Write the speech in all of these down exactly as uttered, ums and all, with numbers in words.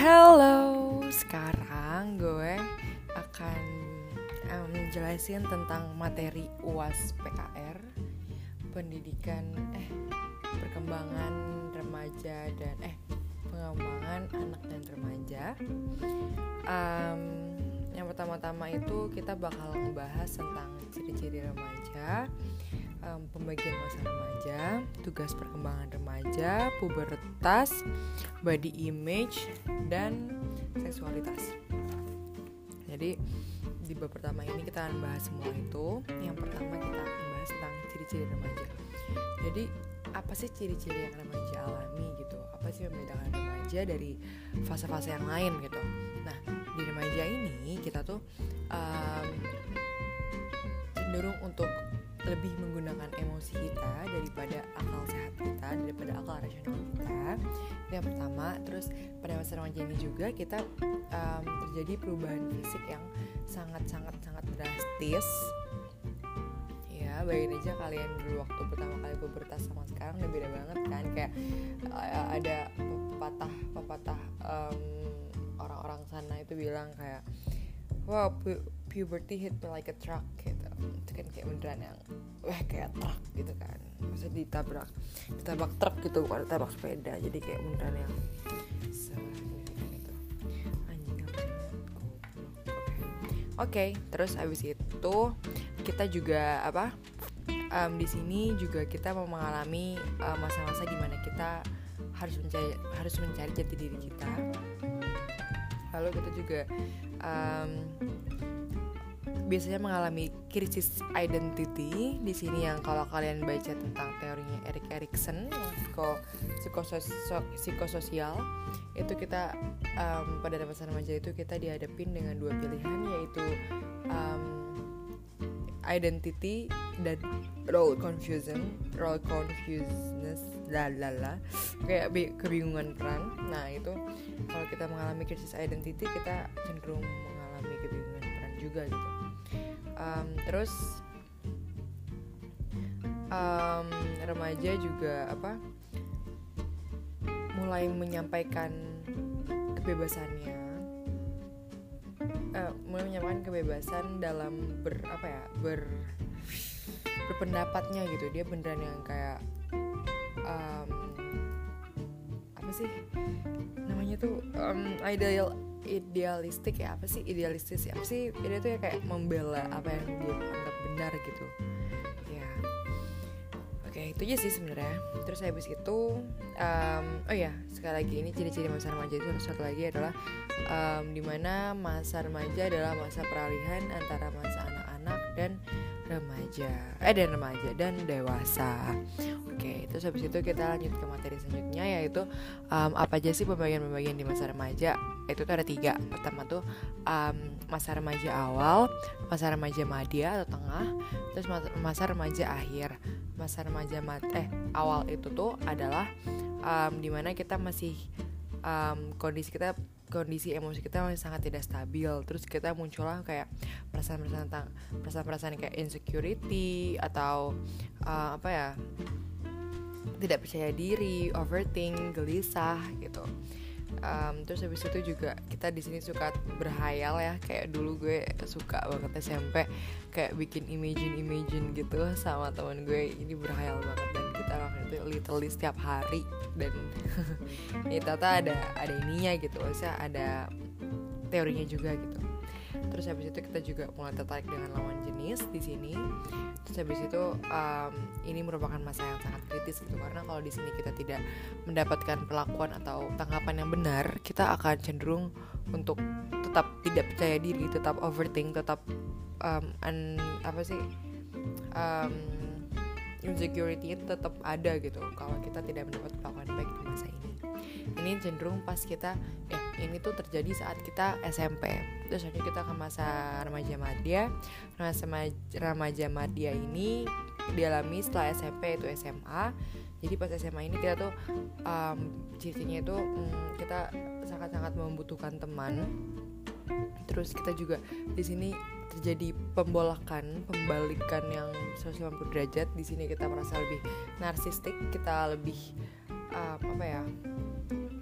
Halo, sekarang gue akan um, jelasin tentang materi U A S P K R, pendidikan eh perkembangan remaja dan eh pengembangan anak dan remaja. Um, yang pertama-tama itu kita bakal ngebahas tentang ciri-ciri remaja, um, pembagian masa remaja, tugas perkembangan remaja, pubertas, body image, dan seksualitas. Jadi di bab pertama ini kita akan bahas semua itu. Yang pertama kita akan bahas tentang ciri-ciri remaja. Jadi apa sih ciri-ciri yang remaja alami gitu? Apa sih membedakan remaja dari fase-fase yang lain gitu? Nah, di remaja ini kita tuh um, cenderung untuk lebih menggunakan emosi kita daripada akal sehat kita, daripada akal rasional kita. Itu yang pertama. Terus pada masa remaja ini juga kita um, terjadi perubahan fisik yang sangat-sangat-sangat drastis. Ya, bayangin aja kalian dulu waktu pertama kali pubertas sama sekarang udah beda banget kan. Kayak uh, ada pepatah-pepatah um, orang-orang sana itu bilang kayak, wow, pu- puberty hit me like a truck gitu. Itu kan kayak beneran yang wah kayak truk gitu kan. Maksudnya ditabrak ditabrak truk gitu, bukan ditabrak sepeda. Jadi kayak beneran yang signifikan itu. Anjing apa sih? Oke, terus habis itu kita juga apa? Um, di sini juga kita mau mengalami uh, masa-masa di mana kita harus mencari harus mencari jati diri kita. Lalu kita juga um, biasanya mengalami krisis identity di sini, yang kalau kalian baca tentang teorinya Erik Erikson yang psiko, psikosos- psikososial itu kita um, pada masa remaja itu kita dihadapin dengan dua pilihan, yaitu um, identity dan role confusion, role confusedness, lalala, kayak kebingungan peran. Nah itu kalau kita mengalami krisis identity kita cenderung mengalami kebingungan peran juga gitu. Um, terus um, remaja juga apa mulai menyampaikan kebebasannya, uh, mulai menyampaikan kebebasan dalam ber apa ya ber berpendapatnya gitu. Dia beneran yang kayak um, apa sih namanya tuh um, ideal idealistik ya apa sih idealistis ya apa sih dia tuh ya kayak membela apa yang dia anggap benar gitu ya. Oke, itu aja sih sebenarnya. Terus habis itu um, oh ya sekali lagi ini ciri-ciri masa remaja itu satu lagi adalah um, dimana masa remaja adalah masa peralihan antara masa anak-anak dan remaja eh dan remaja dan dewasa. Oke, terus habis itu kita lanjut ke materi selanjutnya, yaitu um, apa aja sih pembagian-pembagian di masa remaja. Itu tuh ada tiga. Pertama tuh um, masa remaja awal, masa remaja madya atau tengah, terus masa remaja akhir. Masa remaja mat- eh awal itu tuh adalah um, dimana kita masih um, kondisi kita kondisi emosi kita masih sangat tidak stabil. Terus kita muncullah kayak perasaan-perasaan tentang perasaan-perasaan kayak insecurity atau uh, apa ya tidak percaya diri, overthink, gelisah gitu. Um, terus habis itu juga kita di sini suka berhayal ya, kayak dulu gue suka banget S M P kayak bikin imagine-imagine gitu sama teman gue. Ini berhayal banget dan kita waktu itu literally setiap hari dan ya tata ada ada ininya gitu, maksudnya ada teorinya juga gitu. Terus habis itu kita juga mulai tertarik dengan lawan jenis di sini. Terus habis itu um, ini merupakan masa yang sangat kritis gitu, karena kalau di sini kita tidak mendapatkan perlakuan atau tanggapan yang benar, kita akan cenderung untuk tetap tidak percaya diri, tetap overthink, tetap um, un, apa sih um, insecurity tetap ada gitu kalau kita tidak mendapat perlakuan baik di masa ini. Ini cenderung pas kita eh ini tuh terjadi saat kita S M P. Terus selanjutnya kita ke masa remaja madya. Masa remaja madya ini dialami setelah S M P, itu S M A. Jadi pas S M A ini kita tuh um, ciri-cirinya itu um, kita sangat-sangat membutuhkan teman. Terus kita juga di sini terjadi pembolakan, pembalikan yang seratus lima puluh derajat. Di sini kita merasa lebih narsistik, kita lebih um, apa ya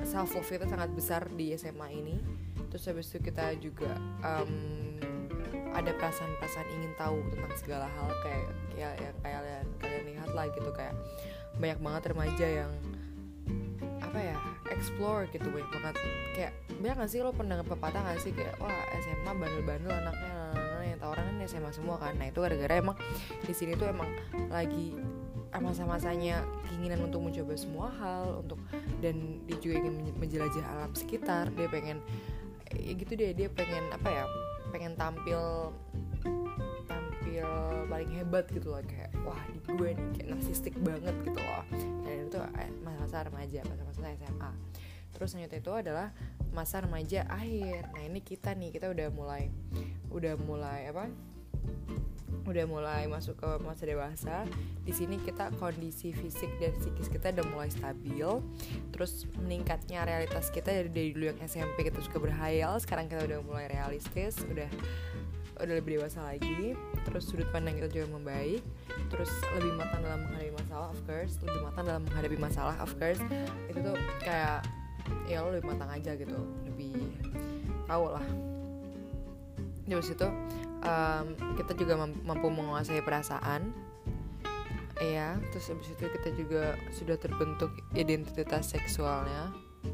self love itu sangat besar di S M A ini. Terus habis itu kita juga um, ada perasaan-perasaan ingin tahu tentang segala hal, kayak kayak yang kayak kalian kalian lihat lah gitu, kayak banyak banget remaja yang apa ya, explore gitu, banyak banget. Kayak banyak gak sih lo pernah pepatah gak sih kayak wah S M A bandel-bandel anaknya, yang tau orang kan S M A semua kan. Nah itu gara-gara emang di sini tuh emang lagi masa-masanya keinginan untuk mencoba semua hal, untuk dan dia juga ingin menjelajah alam sekitar. Dia pengen ya gitu deh, dia pengen apa ya, pengen tampil tampil paling hebat gitu loh, kayak wah di gue nih kayak narsistik banget gitu loh. Dan itu masa-masa remaja, masa-masa S M A. Terus selanjutnya itu adalah masa remaja akhir. Nah ini kita nih, kita udah mulai udah mulai apa udah mulai masuk ke masa dewasa. Di sini kita kondisi fisik dan psikis kita udah mulai stabil. Terus meningkatnya realitas kita dari, dari dulu yang S M P kita suka berhayal, sekarang kita udah mulai realistis, udah udah lebih dewasa lagi. Terus sudut pandang kita juga membaik. Terus lebih matang dalam menghadapi masalah, of course. Lebih matang dalam menghadapi masalah, of course. Itu tuh kayak ya lo lebih matang aja gitu, lebih tahu lah. Terus itu um, kita juga mampu menguasai perasaan, ya. Terus habis itu kita juga sudah terbentuk identitas seksualnya.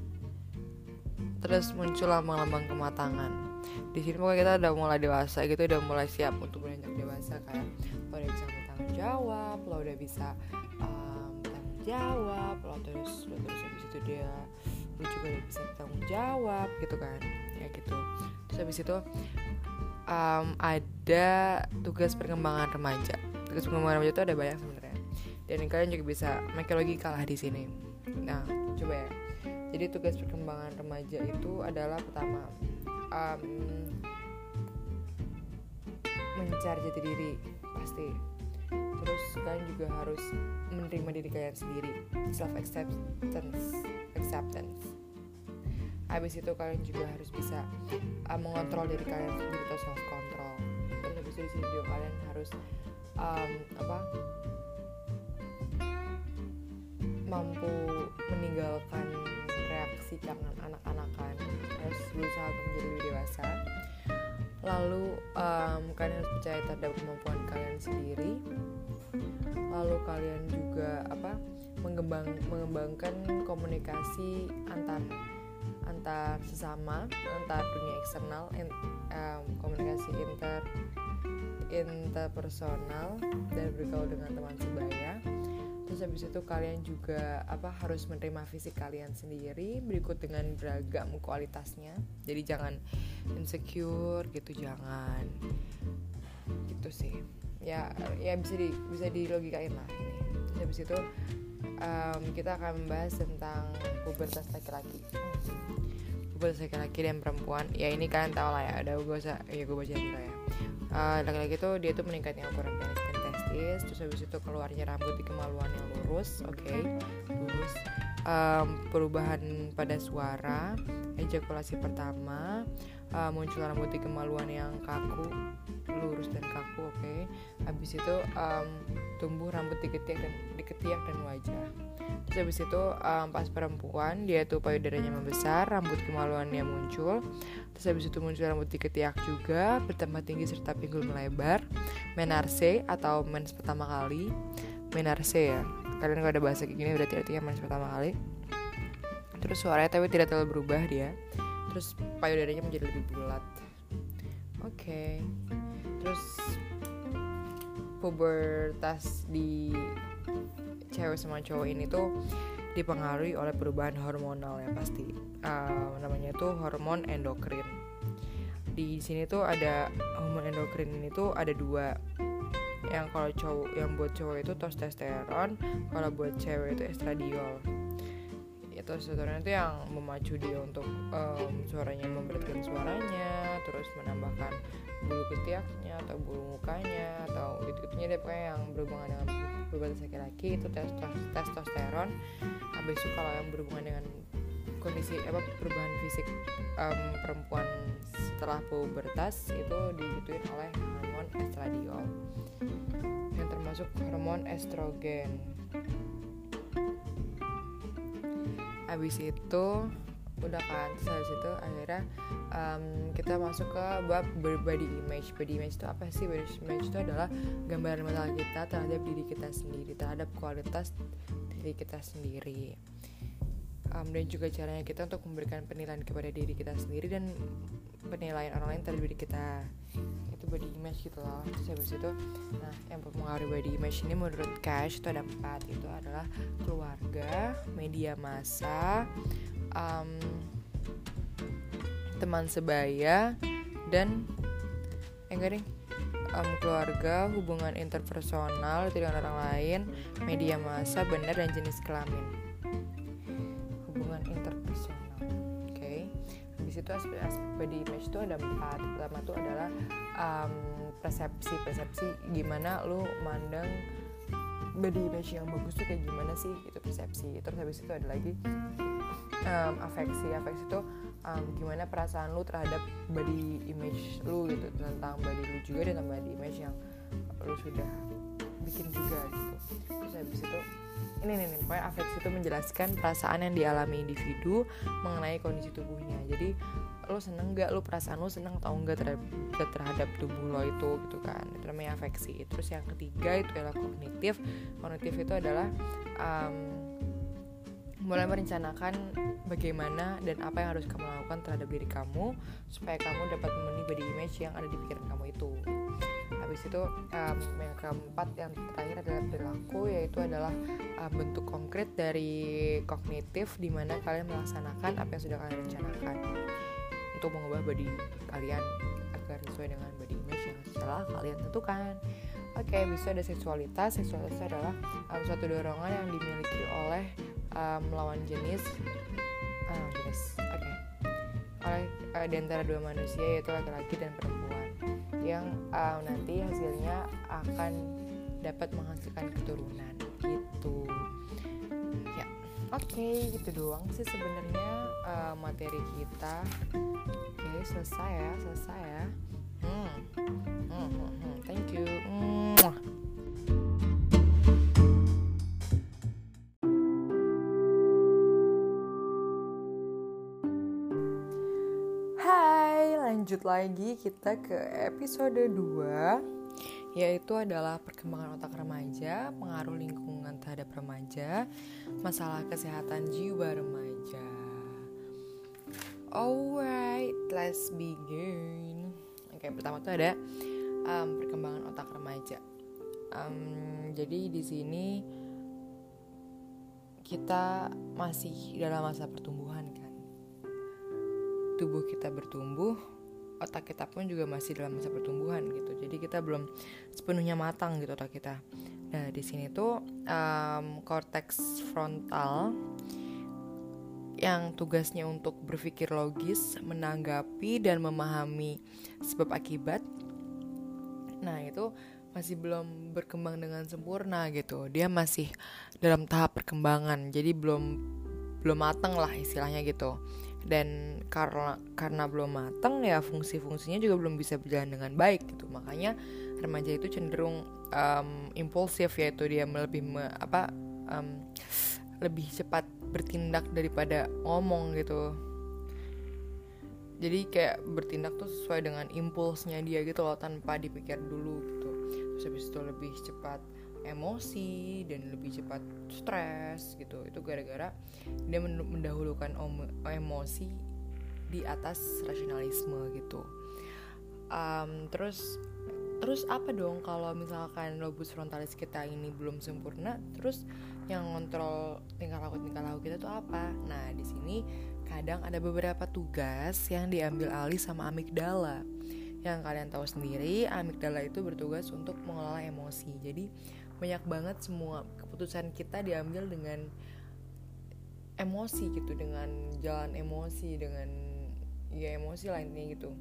Terus muncul lambang-lambang kematangan. Di sini pokoknya kita udah mulai dewasa gitu, udah mulai siap untuk beranjak dewasa, kayak lo udah bisa bertanggung jawab, lo udah bisa um, bertanggung jawab, lo terus lo terus habis itu dia lo juga udah bisa bertanggung jawab gitu kan, ya gitu. Terus habis itu um, ada tugas perkembangan remaja. Tugas perkembangan remaja itu ada banyak sebenarnya, dan kalian juga bisa make logika lah di sini. Nah coba ya. Jadi tugas perkembangan remaja itu adalah pertama um, mencari jati diri pasti. Terus kalian juga harus menerima diri kalian sendiri, self acceptance acceptance. Habis itu kalian juga harus bisa uh, mengontrol diri kalian sendiri atau self control. Terus habis itu di sini juga kalian harus um, apa mampu meninggalkan reaksi kangen anak-anakan, harus berusaha untuk menjadi lebih dewasa. Lalu um, kalian harus percaya terhadap kemampuan kalian sendiri. Lalu kalian juga apa mengembang mengembangkan komunikasi antar antar sesama, antar dunia eksternal, in, um, komunikasi inter interpersonal dan bergaul dengan teman sebaya. Terus habis itu kalian juga apa harus menerima fisik kalian sendiri berikut dengan beragam kualitasnya. Jadi jangan insecure gitu, jangan gitu sih. Ya ya bisa di bisa dilogikain lah ini. Terus habis itu um, kita akan membahas tentang pubertas laki-laki. Pubertas laki-laki dan perempuan. Ya ini kalian tahu lah ya. Ada gue usah ya gue baca dulu ya. Uh, laki-laki itu dia tuh meningkatnya ukuran penis dan testis. Terus habis itu keluarnya rambut di kemaluan yang lurus, oke, okay, lurus. Um, perubahan pada suara, ejakulasi pertama, uh, muncul rambut di kemaluan yang kaku, lurus dan kaku, oke. Okay. Habis itu um, tumbuh rambut di ketiak dan di ketiak dan wajah. Terus habis itu um, pas perempuan dia tuh payudaranya membesar, rambut kemaluannya muncul. Terus habis itu muncul rambut di ketiak juga, bertambah tinggi serta pinggul melebar. Menarche atau mens pertama kali. Menarche ya. Kalian kalau ada bahasa kayak gini berarti artinya mens pertama kali. Terus suaranya tapi tidak terlalu berubah dia. Terus payudaranya menjadi lebih bulat. Oke. Okay. Terus pubertas di cewek sama cowok ini tuh dipengaruhi oleh perubahan hormonal ya pasti. Uh, namanya tuh hormon endokrin. Di sini tuh ada hormon endokrin ini tuh ada dua. Yang kalau cowok, yang buat cowok itu testosteron, kalau buat cewek itu estradiol. Ya testosteron itu yang memacu dia untuk um, suaranya, memberatkan suaranya, terus menambahkan bulu ketiaknya atau bulu mukanya atau gitu-gitunya deh, pokoknya yang berhubungan dengan pubertas laki-laki itu testosteron. Habis itu kalau yang berhubungan dengan kondisi apa perubahan fisik um, perempuan setelah pubertas itu digituin oleh hormon estradiol yang termasuk hormon estrogen. habis itu udah kan, terus habis itu akhirnya um, kita masuk ke bab body image. Body image itu apa sih? Body image itu adalah gambaran mental kita terhadap diri kita sendiri, terhadap kualitas diri kita sendiri, um, dan juga caranya kita untuk memberikan penilaian kepada diri kita sendiri dan penilaian orang lain terhadap diri kita. Itu body image gitu loh. Terus habis itu, nah yang mempengaruhi body image ini menurut Cash itu ada empat. Itu adalah keluarga, media massa, um, teman sebaya, dan enggak deh um, keluarga, hubungan interpersonal itu dengan orang lain, media massa, benar, dan jenis kelamin. Hubungan interpersonal, oke. Okay. Habis itu aspek-aspek body image itu ada empat. Pertama itu adalah um, persepsi, persepsi gimana lu mandang body image yang bagus tuh kayak gimana sih, itu persepsi. Terus habis itu ada lagi um, afeksi, afeksi itu um, gimana perasaan lu terhadap body image lu gitu, tentang body lu juga dan body image yang lu sudah bikin juga gitu. Terus habis itu ini nih, nih pokoknya afeksi itu menjelaskan perasaan yang dialami individu mengenai kondisi tubuhnya. Jadi lu seneng gak, lu perasaan lu seneng atau enggak terhadap, terhadap tubuh lo itu gitu kan, itu namanya afeksi. Terus yang ketiga itu adalah kognitif. Kognitif itu adalah um, mulai merencanakan bagaimana dan apa yang harus kamu lakukan terhadap diri kamu supaya kamu dapat memenuhi body image yang ada di pikiran kamu itu. Habis itu um, yang keempat, yang terakhir adalah perilaku, yaitu adalah um, bentuk konkret dari kognitif di mana kalian melaksanakan apa yang sudah kalian rencanakan untuk mengubah body kalian agar sesuai dengan body image yang telah kalian tentukan. Oke, okay, bisa ada seksualitas. Seksualitas adalah um, suatu dorongan yang dimiliki oleh um, lawan jenis, uh, jenis, oke, okay. oleh uh, di antara dua manusia, yaitu laki-laki dan perempuan, yang uh, nanti hasilnya akan dapat menghasilkan keturunan gitu. Ya, oke, okay, gitu doang sih sebenarnya uh, materi kita. Oke, okay, selesai ya, selesai ya. Hmm, hmm, hmm, hmm. Thank you. Mwah. Hai, lanjut lagi kita ke episode dua, yaitu adalah perkembangan otak remaja, pengaruh lingkungan terhadap remaja, masalah kesehatan jiwa remaja. Alright, let's begin. Oke, pertama tuh ada um, perkembangan otak remaja. Um, jadi di sini kita masih dalam masa pertumbuhan kan. Tubuh kita bertumbuh, otak kita pun juga masih dalam masa pertumbuhan gitu. Jadi kita belum sepenuhnya matang gitu otak kita. Nah, di sini tuh um, korteks frontal yang tugasnya untuk berpikir logis, menanggapi dan memahami sebab akibat. Nah, itu masih belum berkembang dengan sempurna gitu. Dia masih dalam tahap perkembangan. Jadi belum belum matang lah istilahnya gitu. Dan karena karena belum matang ya fungsi-fungsinya juga belum bisa berjalan dengan baik gitu. Makanya remaja itu cenderung um, impulsif, yaitu dia lebih me, apa um, lebih cepat bertindak daripada ngomong gitu. Jadi kayak bertindak tuh sesuai dengan impulsnya dia gitu loh, tanpa dipikir dulu gitu. Terus habis itu lebih cepat emosi dan lebih cepat stres gitu. Itu gara-gara dia mendahulukan om- emosi di atas rasionalisme gitu. Um, terus Terus apa dong kalau misalkan lobus frontalis kita ini belum sempurna? Terus yang ngontrol tingkah laku tingkah laku kita tuh apa? Nah, di sini kadang ada beberapa tugas yang diambil alih sama amigdala. Yang kalian tahu sendiri, amigdala itu bertugas untuk mengelola emosi. Jadi banyak banget semua keputusan kita diambil dengan emosi gitu, dengan jalan emosi, dengan ya emosi lah intinya gitu.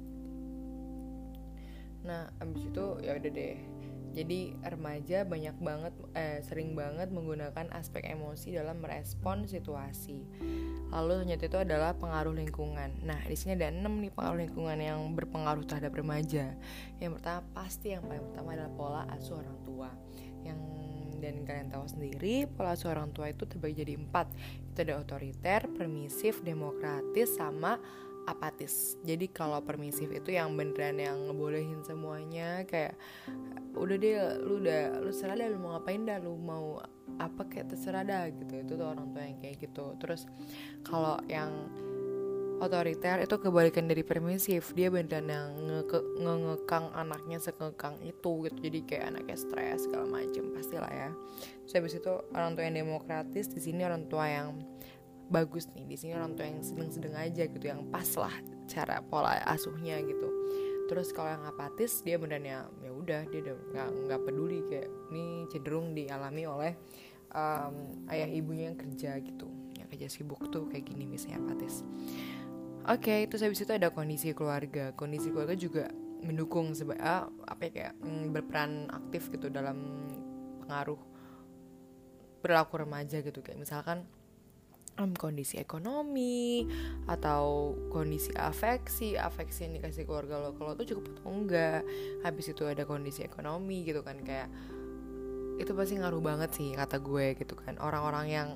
Nah, abis itu ya udah deh. Jadi remaja banyak banget, eh, sering banget menggunakan aspek emosi dalam merespon situasi. Lalu selanjutnya itu adalah pengaruh lingkungan. Nah, di sini ada enam nih pengaruh lingkungan yang berpengaruh terhadap remaja. Yang pertama pasti yang paling pertama adalah pola asuh orang tua. Yang dan kalian tahu sendiri pola asuh orang tua itu terbagi jadi empat. Itu ada otoriter, permisif, demokratis, sama apatis. Jadi kalau permisif itu yang beneran yang ngebolehin semuanya, kayak udah deh lu udah lu serah dah, lu mau ngapain dah, lu mau apa kayak terserah dah gitu. Itu tuh orang tua yang kayak gitu. Terus kalau yang otoriter itu kebalikan dari permisif, dia beneran yang nge- ngekang anaknya sekekang itu gitu. Jadi kayak anaknya stres segala macem, pastilah ya. Terus habis itu orang tua yang demokratis, di sini orang tua yang bagus nih, di sini orang tua yang sedang-sedang aja gitu, yang pas lah cara pola asuhnya gitu. Terus kalau yang apatis, dia beneran ya ya udah dia udah nggak nggak peduli, kayak ini cenderung dialami oleh um, ayah ibunya yang kerja gitu, yang kerja sibuk tuh kayak gini misalnya apatis. Oke, okay, terus habis itu ada kondisi keluarga. Kondisi keluarga juga mendukung seba- ah, apa ya kayak mm, berperan aktif gitu dalam pengaruh perilaku remaja gitu. Kayak misalkan um, kondisi ekonomi atau kondisi afeksi, afeksi yang dikasih keluarga lo kalau tuh cukup atau enggak. Habis itu ada kondisi ekonomi gitu kan, kayak itu pasti ngaruh banget sih kata gue gitu kan. Orang-orang yang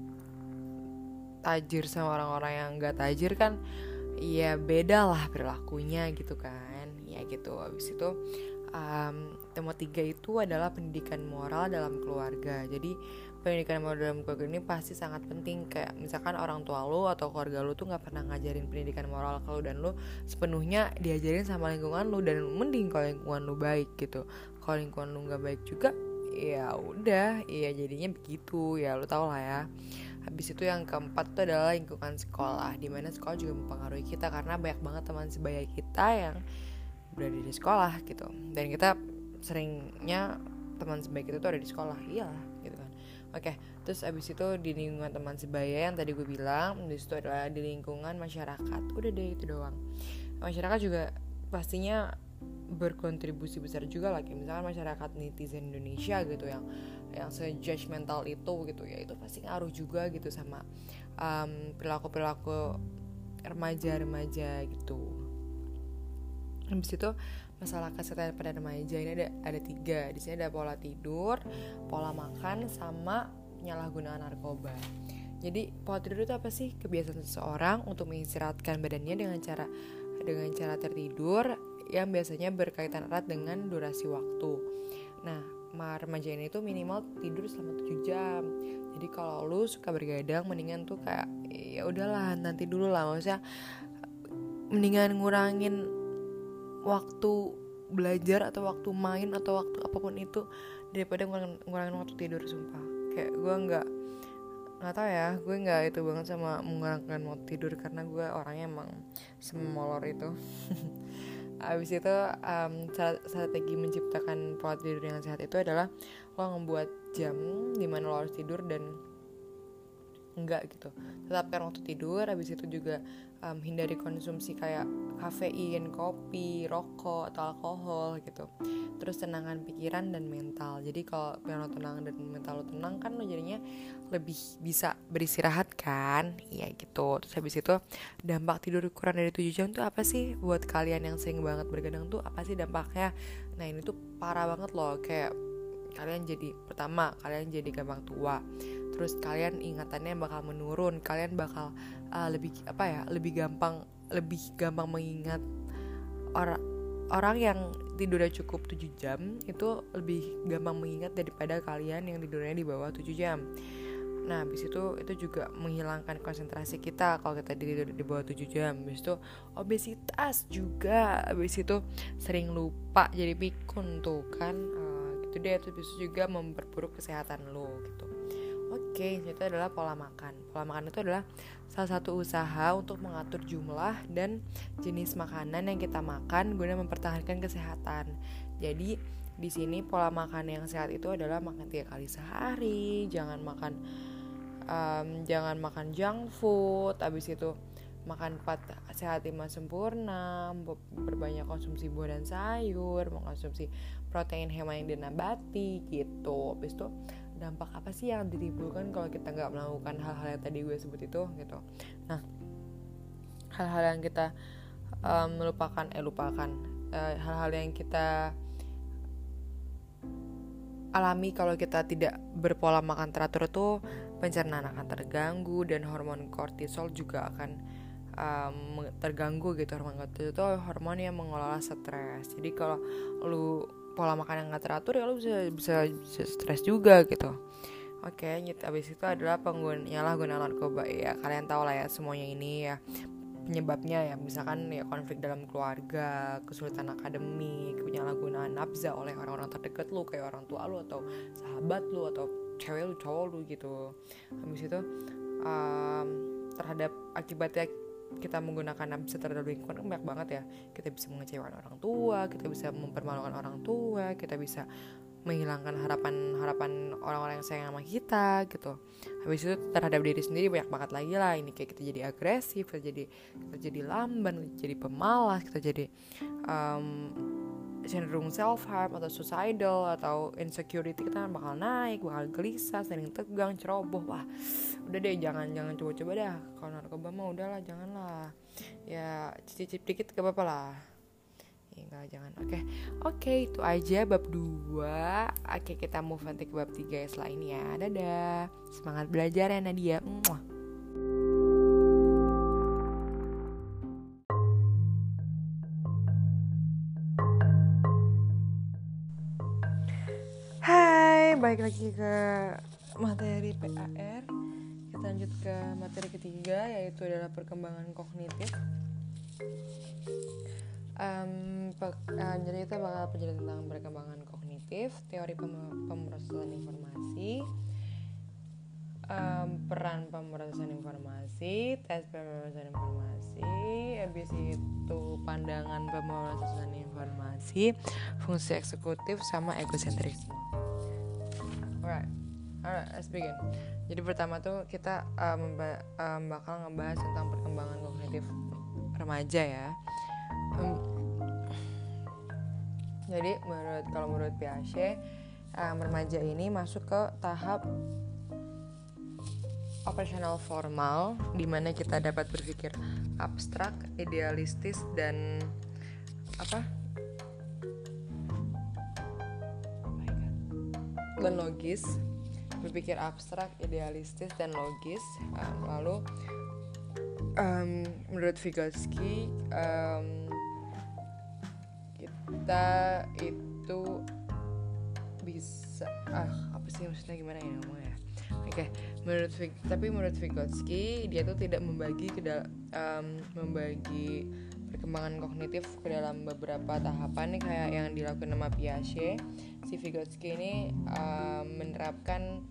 tajir sama orang-orang yang gak tajir kan ya beda lah perilakunya gitu kan, ya gitu. Habis itu um, tema tiga itu adalah pendidikan moral dalam keluarga. Jadi pendidikan moral dalam keluarga ini pasti sangat penting. Kayak misalkan orang tua lo atau keluarga lo tuh gak pernah ngajarin pendidikan moral ke lo, dan lo sepenuhnya diajarin sama lingkungan lo, dan mending kalau lingkungan lo baik gitu. Kalau lingkungan lo gak baik juga, ya udah, ya jadinya begitu, ya lo tau lah ya. Habis itu yang keempat itu adalah lingkungan sekolah, dimana sekolah juga mempengaruhi kita karena banyak banget teman sebaya kita yang berada di sekolah gitu, dan kita seringnya teman sebaya kita tuh ada di sekolah, iyalah gitu kan. Oke, terus abis itu di lingkungan teman sebaya yang tadi gue bilang, di situ adalah di lingkungan masyarakat. Udah deh itu doang. Masyarakat juga pastinya berkontribusi besar juga lagi, misalkan masyarakat netizen Indonesia gitu yang yang se-judgmental itu gitu ya, itu pasti ngaruh juga gitu sama um, perilaku-perilaku remaja-remaja gitu. Habis itu masalah kesehatan pada remaja ini ada ada tiga. Di sini ada pola tidur, pola makan, sama penyalahgunaan narkoba. Jadi pola tidur itu apa sih? Kebiasaan seseorang untuk mengistirahatkan badannya dengan cara dengan cara tertidur yang biasanya berkaitan erat dengan durasi waktu. Nah, remaja ini tuh minimal tidur selama tujuh jam. Jadi kalau lu suka bergadang, mendingan tuh kayak ya udahlah nanti dulu lah, maksudnya mendingan ngurangin waktu belajar atau waktu main atau waktu apapun itu daripada ngurangin, ngurangin waktu tidur. Sumpah kayak gue nggak nggak tahu ya, gue nggak itu banget sama mengurangkan waktu tidur karena gue orangnya emang semolor itu. Abis itu um, strategi menciptakan pola tidur yang sehat itu adalah lo membuat jam dimana lo harus tidur dan enggak gitu. Tetapkan waktu tidur. Abis itu juga um, hindari konsumsi kayak kafein, kopi, rokok atau alkohol gitu. Terus tenangkan pikiran dan mental. Jadi kalau pikiran lo tenang dan mental lo tenang kan lo jadinya lebih bisa beristirahat kan, ya gitu. Terus habis itu dampak tidur kurang dari tujuh jam tuh apa sih buat kalian yang sering banget bergadang tuh, apa sih dampaknya? Nah ini tuh parah banget loh, kayak kalian jadi, pertama kalian jadi gampang tua, terus kalian ingatannya bakal menurun, kalian bakal uh, lebih apa ya lebih gampang lebih gampang mengingat. Orang orang yang tidurnya cukup tujuh jam itu lebih gampang mengingat daripada kalian yang tidurnya di bawah tujuh jam. Nah, habis itu itu juga menghilangkan konsentrasi kita kalau kita tidur di bawah tujuh jam. Habis itu obesitas juga. Habis itu sering lupa jadi pikun tuh kan. Uh, gitu deh. Terus bisa juga memperburuk kesehatan lo gitu. Oke, itu adalah pola makan. Pola makan itu adalah salah satu usaha untuk mengatur jumlah dan jenis makanan yang kita makan guna mempertahankan kesehatan. Jadi di sini pola makan yang sehat itu adalah makan tiga kali sehari, jangan makan um, jangan makan junk food. Habis itu makan empat sehat lima sempurna, berbanyak konsumsi buah dan sayur, mengkonsumsi protein hewani dan nabati gitu. Habis itu dampak apa sih yang ditimbulkan kalau kita nggak melakukan hal-hal yang tadi gue sebut itu gitu. Nah, hal-hal yang kita um, melupakan eh lupakan uh, hal-hal yang kita alami kalau kita tidak berpola makan teratur tuh pencernaan akan terganggu dan hormon kortisol juga akan um, terganggu gitu. Hormon kortisol itu hormon yang mengelola stres. Jadi kalau lu pola makan yang nggak teratur ya lu bisa bisa, bisa stres juga gitu. Oke, nyet abis itu adalah penyalahgunaan narkoba. Ya kalian tahu lah ya semuanya ini ya penyebabnya ya, misalkan ya konflik dalam keluarga, kesulitan akademik, penyalahgunaan nafsa oleh orang-orang terdekat lu kayak orang tua lu atau sahabat lu atau cewek lu, cowok lu gitu. Habis itu um, terhadap akibatnya kita menggunakan nafsa terhadap lingkungan banyak banget ya. Kita bisa mengecewakan orang tua, kita bisa mempermalukan orang tua, kita bisa menghilangkan harapan-harapan orang-orang yang sayang sama kita gitu. Habis itu terhadap diri sendiri banyak banget lagi lah. Ini kayak kita jadi agresif, kita jadi kita jadi lamban, kita jadi pemalas, kita jadi um, cenderung self harm atau suicidal atau insecurity kita bakal naik, bakal gelisah, sering tegang, ceroboh. Wah, udah deh jangan jangan coba-coba dah. Kalau narkoba mah udahlah, janganlah. Ya cicip dikit gak apa-apa lah. Enggak, jangan. Oke. Okay. Oke, okay, itu aja bab dua. Oke, okay, kita move on ke bab tiga setelah ini ya. Dadah. Semangat belajar ya Nadia. Muah. Hai, balik lagi ke materi P A R. Kita lanjut ke materi ketiga, yaitu adalah perkembangan kognitif. Um, pe- uh, jadi kita bakal penjelasan tentang perkembangan kognitif, teori pem- pemrosesan informasi, um, peran pemrosesan informasi, tes pemrosesan informasi, habis itu pandangan pemrosesan informasi, fungsi eksekutif, sama egosentrisme. Alright, alright, let's begin. Jadi pertama tuh kita um, memba- um, bakal ngebahas tentang perkembangan kognitif remaja ya. Um, jadi menurut kalau menurut Piaget, um, remaja ini masuk ke tahap operasional formal, di mana kita dapat berpikir abstrak, idealistis dan apa? Oh my God. Dan logis. Berpikir abstrak, idealistis dan logis. Um, lalu um, menurut Vygotsky, um, kita itu bisa ah apa sih maksudnya gimana ya ngomongnya? Oke, okay. menurut tapi menurut Vygotsky dia tuh tidak membagi ke dal- um, membagi perkembangan kognitif ke dalam beberapa tahapan nih kayak yang dilakukan sama Piaget. Si Vygotsky ini um, menerapkan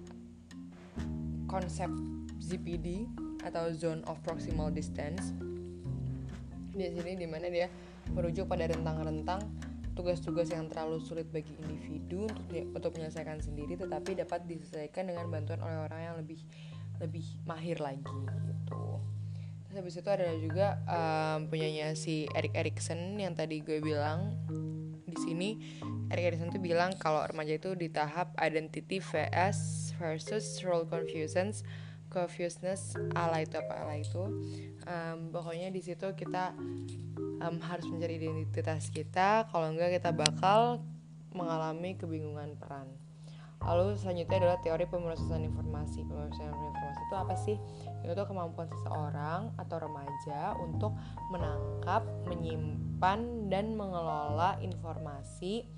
konsep Z P D atau Zone of Proximal Distance. Di sini dimana dia merujuk pada rentang-rentang tugas-tugas yang terlalu sulit bagi individu untuk di, untuk menyelesaikan sendiri, tetapi dapat diselesaikan dengan bantuan oleh orang yang lebih lebih mahir lagi gitu. Terus habis itu ada juga um, punyanya si Erik Erikson yang tadi gue bilang di sini. Erik Erikson tuh bilang kalau remaja itu di tahap identity vs versus role confusions, confusedness, ala itu apa ala itu. Um, pokoknya di situ kita um, harus mencari identitas kita, kalau enggak kita bakal mengalami kebingungan peran. Lalu selanjutnya adalah teori pemrosesan informasi. Pemrosesan informasi itu apa sih? Itu tuh kemampuan seseorang atau remaja untuk menangkap, menyimpan, dan mengelola informasi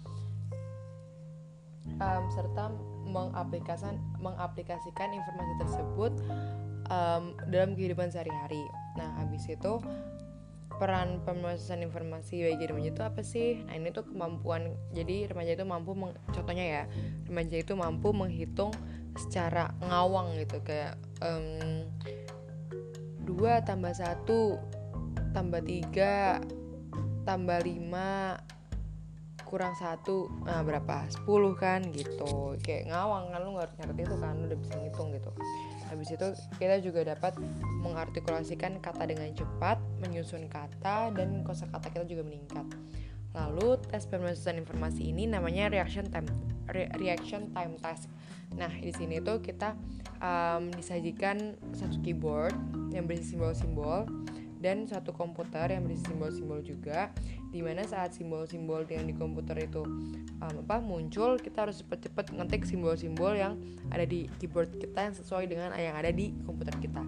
um, serta mengaplikasikan mengaplikasikan informasi tersebut um, dalam kehidupan sehari-hari. Nah, habis itu peran pemrosesan informasi bagi remaja itu apa sih? Nah, ini tuh kemampuan. Jadi remaja itu mampu meng, contohnya ya, remaja itu mampu menghitung secara ngawang gitu, kayak um, dua tambah satu tambah tiga tambah lima kurang satu, nah berapa? sepuluh kan gitu. Kayak ngawang kan, lu gak harus ngerti itu kan, lu udah bisa ngitung gitu. Habis itu kita juga dapat mengartikulasikan kata dengan cepat, menyusun kata, dan kosakata kita juga meningkat. Lalu tes pemrosesan informasi ini namanya reaction time re- reaction time task. Nah, di sini tuh kita um, disajikan satu keyboard yang berisi simbol-simbol, dan satu komputer yang berisi simbol-simbol juga, dimana saat simbol-simbol yang di komputer itu um, apa muncul, kita harus cepet-cepet ngetik simbol-simbol yang ada di keyboard kita yang sesuai dengan yang ada di komputer kita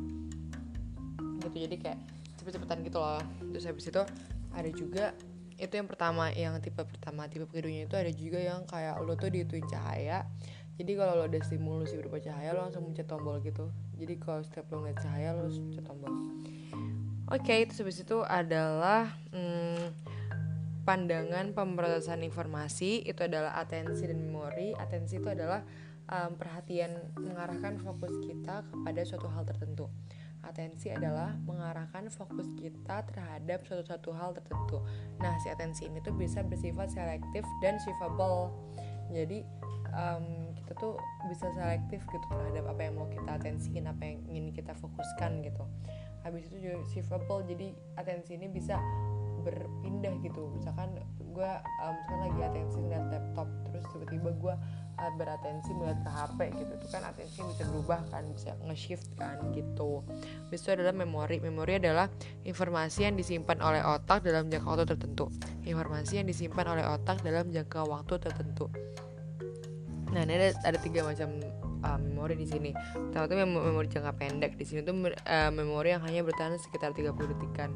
gitu. Jadi kayak cepet-cepetan gitu loh. Terus habis itu ada juga, itu yang pertama, yang tipe pertama. Tipe keduanya itu ada juga yang kayak lo tuh dihituin cahaya. Jadi kalau lo ada stimulus berupa cahaya, lo langsung mencet tombol gitu. Jadi kalau setiap lo ngeliat cahaya, lo harus mencet tombol. Oke, okay, terus habis itu adalah hmm, pandangan pemrosesan informasi. Itu adalah atensi dan memori. Atensi itu adalah um, perhatian, mengarahkan fokus kita kepada suatu hal tertentu. Atensi adalah mengarahkan fokus kita terhadap suatu-suatu hal tertentu. Nah, si atensi ini tuh bisa bersifat selektif dan shifable. Jadi um, kita tuh bisa selektif gitu terhadap apa yang mau kita atensiin, apa yang ingin kita fokuskan gitu. Habis itu juga shifable, jadi atensi ini bisa berpindah gitu. Misalkan gue um, misalkan lagi atensi ngeliat laptop, terus tiba-tiba gue uh, beratensi melihat ke H P gitu. Itu kan atensi bisa berubah kan, bisa nge-shift kan gitu. Habis itu adalah memori. Memori adalah informasi yang disimpan oleh otak dalam jangka waktu tertentu. Informasi yang disimpan oleh otak dalam jangka waktu tertentu. Nah, ini ada, ada tiga macam uh, memori di sini. Pertama itu mem- memori jangka pendek. Di sini tuh uh, memori yang hanya bertahan sekitar tiga puluh detikan.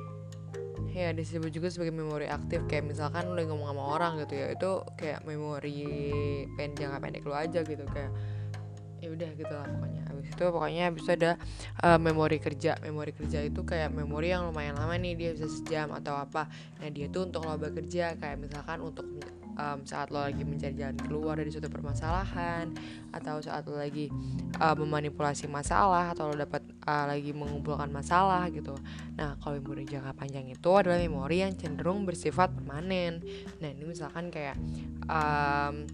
Ya, disebut juga sebagai memori aktif. Kayak misalkan lu lagi ngomong sama orang gitu ya, itu kayak memori pen jangka pendek lu aja gitu, kayak ya udah gitu lah pokoknya. Habis itu pokoknya habis itu ada uh, memori kerja. Memori kerja itu kayak memori yang lumayan lama nih, dia bisa sejam atau apa. Nah, dia tuh untuk lo bekerja, kayak misalkan untuk Um, saat lo lagi mencari jalan keluar dari suatu permasalahan, atau saat lo lagi uh, memanipulasi masalah, atau lo dapat uh, lagi mengumpulkan masalah gitu. Nah, kalau memori jangka panjang itu adalah memori yang cenderung bersifat permanen. Nah, ini misalkan kayak um,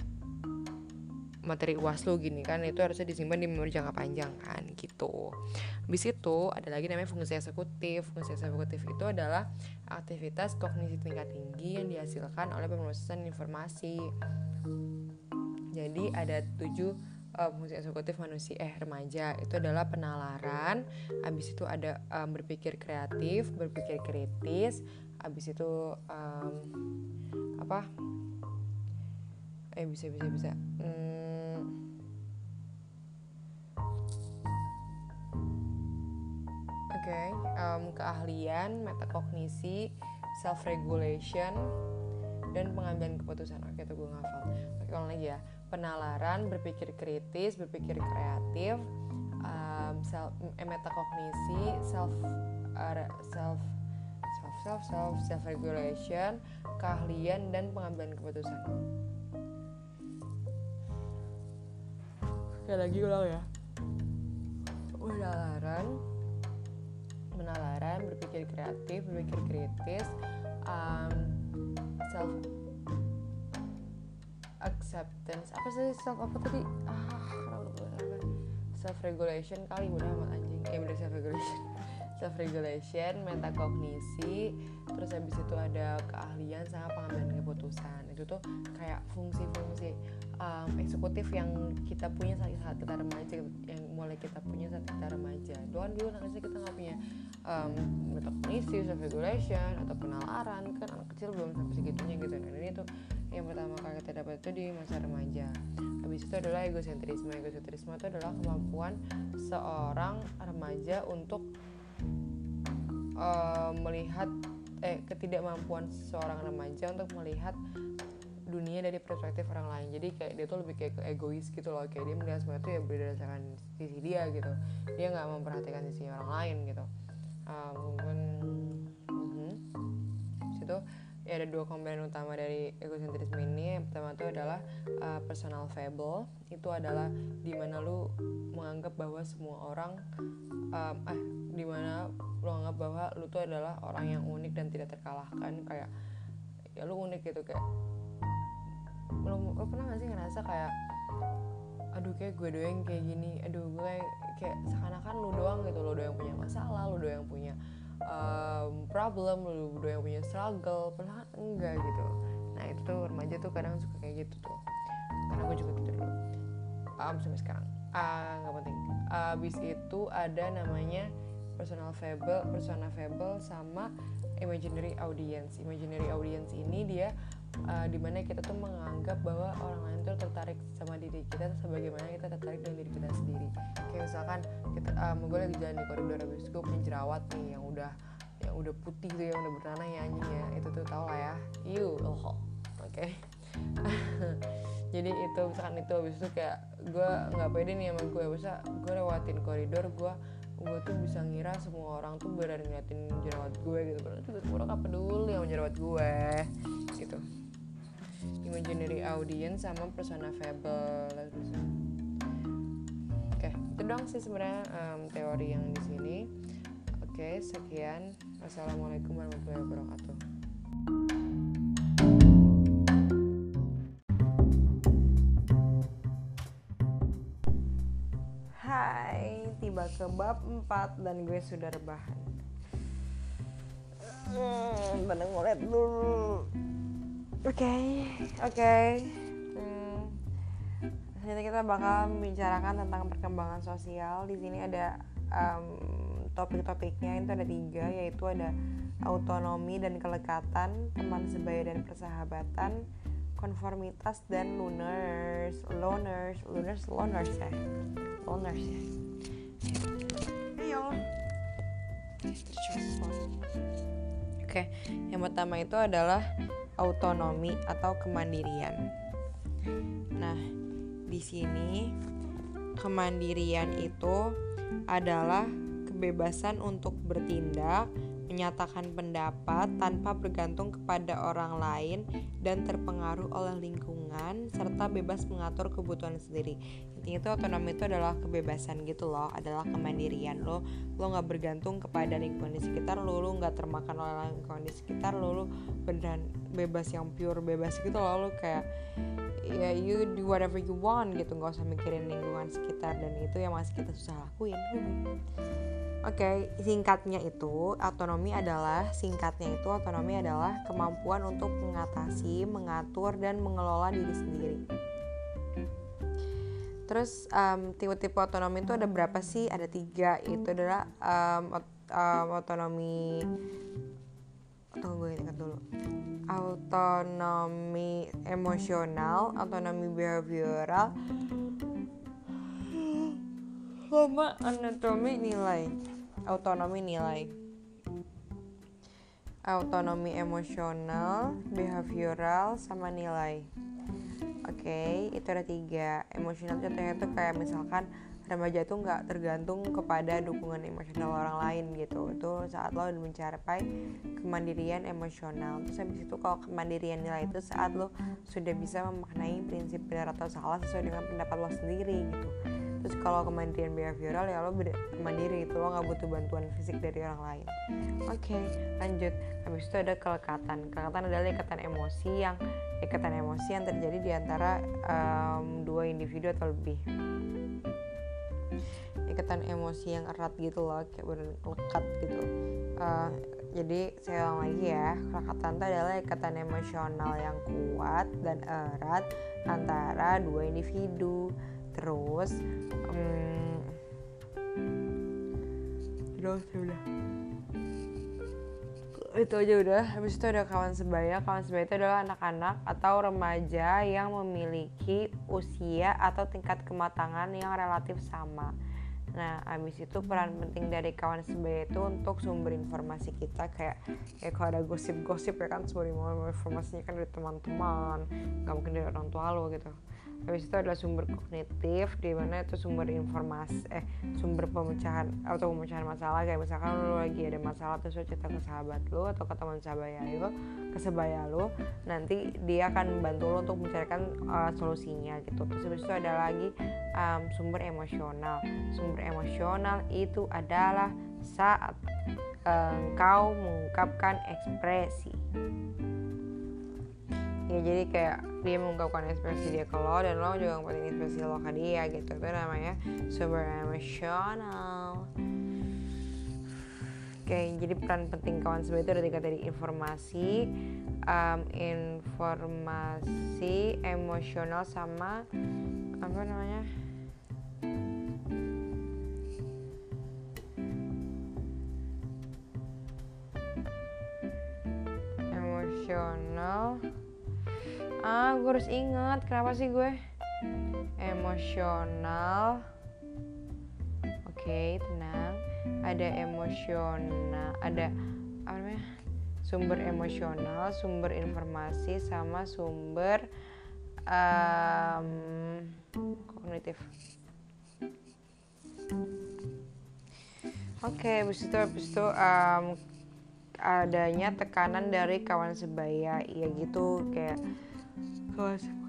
materi U A S lu gini kan, itu harusnya disimpan di memori jangka panjang kan gitu. Habis itu ada lagi namanya fungsi eksekutif. Fungsi eksekutif itu adalah aktivitas kognisi tingkat tinggi yang dihasilkan oleh pemrosesan informasi. Jadi ada tujuh uh, fungsi eksekutif manusia eh remaja. Itu adalah penalaran, habis itu ada um, berpikir kreatif, berpikir kritis, habis itu um, apa eh bisa bisa bisa hmm, Oke, okay, um, keahlian, metakognisi, self-regulation, dan pengambilan keputusan. Oke, itu gue ngafal. Oke, ulang lagi ya. Penalaran, berpikir kritis, berpikir kreatif, um, self, eh, metakognisi, self, uh, self, self, self, self, self-regulation, keahlian, dan pengambilan keputusan. Oke, lagi ulang ya. Penalaran, penalaran, berpikir kreatif, berpikir kritis, um, self acceptance, apa sih self apa tadi? Ah, self regulation kali, udah amat anjing. Eh udah self regulation. Self regulation, metakognisi, terus habis itu ada keahlian sama pengambilan keputusan. Itu tuh kayak fungsi-fungsi um, eksekutif yang kita punya saat, saat kita remaja, yang mulai kita punya saat kita remaja. Doan dulu nanti kita nggak punya um, metakognisi, self regulation atau penalaran, kan anak kecil belum sampai segitunya gitu. Nah, ini tuh yang pertama kali kita dapat itu di masa remaja. Habis itu adalah egosentrisme. Egosentrisme itu adalah kemampuan seorang remaja untuk Uh, melihat eh ketidakmampuan seorang remaja untuk melihat dunia dari perspektif orang lain. Jadi kayak dia tuh lebih kayak ke egois gitu loh, kayak dia melihat semua itu ya berdasarkan sisi dia gitu, dia nggak memperhatikan sisi orang lain gitu. Uh, mungkin uh-huh. situ ya ada dua komponen utama dari egosentrisme ini. Yang pertama itu adalah uh, personal fable. Itu adalah dimana lu menganggap bahwa semua orang um, eh dimana lu anggap bahwa lu tuh adalah orang yang unik dan tidak terkalahkan. Kayak ya lu unik gitu, kayak lu, lu pernah gak sih ngerasa kayak aduh kayak gue doang kayak gini, aduh gue kayak, kayak seakan-akan lu doang gitu, lu doang punya masalah, lu doang punya um, problem, lu doang punya struggle, padahal enggak gitu. Nah itu tuh remaja tuh kadang suka kayak gitu tuh, karena gue juga gitu dulu um, sampai sekarang. Ah, nggak penting. Abis itu ada namanya personal fable, persona fable sama imaginary audience. Imaginary audience ini dia uh, dimana kita tuh menganggap bahwa orang lain tuh tertarik sama diri kita sebagaimana kita tertarik dengan diri kita sendiri. Kayak misalkan kita, um, gue lagi jalan di koridor, habis gue punya jerawat nih yang udah yang udah putih tuh, yang udah bernanah ya anjing ya, itu tuh tau lah ya, iu, oh, oke. Okay. Jadi itu misalkan itu habis itu kayak gue nggak pede nih sama gue, bisa gue lewatin koridor, gue gue tuh bisa ngira semua orang tuh berani ngeliatin jerawat gue gitu, padahal tuh orang gak peduli sama jerawat gue gitu. Imaginary audience sama persona fable. Oke, itu doang sih sebenarnya um, teori yang di sini. Oke, sekian. Wassalamualaikum warahmatullahi wabarakatuh. Hai, tiba ke bab empat dan gue sudah rebahan. Hmm, pada ngeliat dulu. Oke, okay, oke. Okay. Hmm, nanti kita bakal membicarakan tentang perkembangan sosial. Di sini ada um, topik-topiknya, itu ada tiga, yaitu ada autonomi dan kelekatan, teman sebaya dan persahabatan, konformitas dan loners, loners, loners, loners ya, loners ya. Ayo. Oke, yang pertama itu adalah autonomi atau kemandirian. Nah, di sini kemandirian itu adalah kebebasan untuk bertindak, menyatakan pendapat tanpa bergantung kepada orang lain dan terpengaruh oleh lingkungan, serta bebas mengatur kebutuhan sendiri. Intinya itu otonomi itu adalah kebebasan gitu loh, adalah kemandirian lo. Lo nggak bergantung kepada lingkungan di sekitar lo, lo nggak termakan oleh lingkungan di sekitar lo, lo beneran bebas yang pure bebas gitu loh. Lo kayak ya you do whatever you want gitu, nggak usah mikirin lingkungan sekitar, dan itu yang masih kita susah lakuin. Oke, okay, singkatnya itu otonomi adalah singkatnya itu otonomi adalah kemampuan untuk mengatasi, mengatur dan mengelola diri sendiri. Terus um, tipe-tipe otonomi itu ada berapa sih? Ada tiga. Itu adalah um, ot- um, otonomi. Tunggu gue ingat dulu. Autonomi emosional, autonomi behavioral, sama anatomi nilai. Autonomi nilai. Autonomi emosional, behavioral, sama nilai. Oke, okay, itu ada tiga. Emosional contohnya tuh kayak misalkan remaja tuh nggak tergantung kepada dukungan emosional orang lain gitu. Itu saat lo mencapai kemandirian emosional. Terus habis itu kalau kemandirian nilai itu saat lo sudah bisa memaknai prinsip benar atau salah sesuai dengan pendapat lo sendiri gitu. Terus kalau kemandirian behavioral ya lo mandiri itu, lo nggak butuh bantuan fisik dari orang lain. Oke, okay, lanjut. Habis itu ada kelekatan. Kelekatan adalah ikatan emosi yang ikatan emosi yang terjadi di antara um, dua individu atau lebih. Ikatan emosi yang erat gitu loh, kayak bener lekat gitu. Uh, jadi saya ulang lagi ya, kelekatan itu adalah ikatan emosional yang kuat dan erat antara dua individu. Terus um, terus udah itu aja udah. Habis itu ada kawan sebaya. Kawan sebaya itu adalah anak-anak atau remaja yang memiliki usia atau tingkat kematangan yang relatif sama. Nah, habis itu peran penting dari kawan sebaya itu untuk sumber informasi kita, kayak kayak kalau ada gosip-gosip ya kan, sumber informasinya kan dari teman-teman, nggak mungkin dari orang tua lo gitu. Habis itu adalah sumber kognitif, di mana itu sumber informasi eh sumber pemecahan atau pemecahan masalah, kayak misalkan lo lagi ada masalah terus lo cerita ke sahabat lo atau ke teman sebaya lo, ke sebaya lo, nanti dia akan membantu lo untuk mencarikan uh, solusinya gitu. Terus habis itu ada lagi um, sumber emosional. Sumber emosional itu adalah saat engkau mengungkapkan ekspresi. Ya, jadi kayak dia mengungkapkan ekspresi dia ke lo dan lo juga ngungkapin ekspresi lo ke dia gitu. Itu namanya sumber emosional. Oke, jadi peran penting kawan sebaya itu ada tiga tadi: informasi, um, informasi, emosional, sama apa namanya? emosional. Ah, gue harus ingat. Kenapa sih gue? Emosional. Oke, okay, tenang. Ada emosional, ada apa namanya? Sumber emosional, sumber informasi, sama sumber um, kognitif. Oke, okay, habis itu habis itu um, adanya tekanan dari kawan sebaya, ya gitu, kayak kawan sebaya,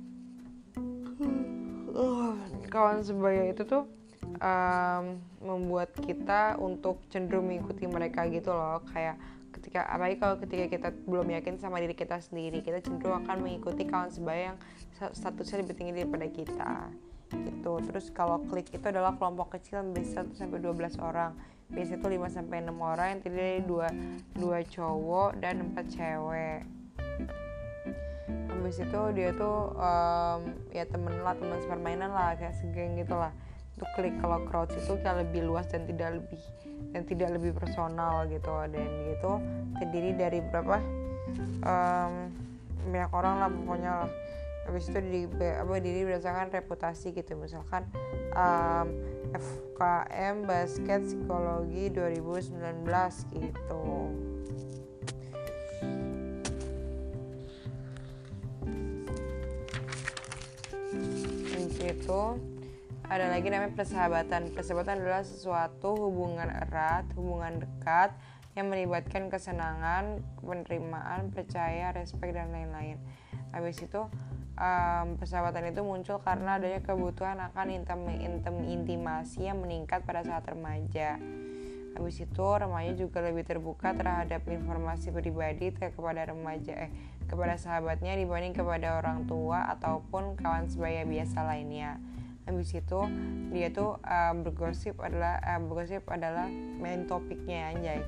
kawan sebaya itu tuh um, membuat kita untuk cenderung mengikuti mereka gitu loh, kayak ketika apalagi kalau ketika kita belum yakin sama diri kita sendiri, kita cenderung akan mengikuti kawan sebaya yang statusnya lebih tinggi daripada kita gitu. Terus kalau klik itu adalah kelompok kecil yang bisa satu sampai dua belas orang. Biasanya itu lima sampai enam orang yang terdiri dari dua dua cowok dan empat cewek. Habis itu dia tuh um, ya temen lah, teman sepermainan lah, kayak segeng gitu lah. Untuk klik. Kalau crowds itu kayak lebih luas dan tidak lebih dan tidak lebih personal gitu, dan gitu terdiri dari berapa um, banyak orang lah pokoknya lah. Habis itu di apa diri berdasarkan reputasi gitu, misalkan um, F K M basket psikologi dua ribu sembilan belas gitu. Itu ada lagi namanya persahabatan. Persahabatan adalah sesuatu hubungan erat, hubungan dekat yang melibatkan kesenangan, penerimaan, percaya, respek, dan lain-lain. Habis itu um, persahabatan itu muncul karena adanya kebutuhan akan intem, intem, intimasi yang meningkat pada saat remaja. Habis itu remaja juga lebih terbuka terhadap informasi pribadi kepada remaja eh kepada sahabatnya dibanding kepada orang tua ataupun kawan sebaya biasa lainnya. Habis itu dia tuh uh, bergosip adalah uh, bergosip adalah main topiknya, anjay.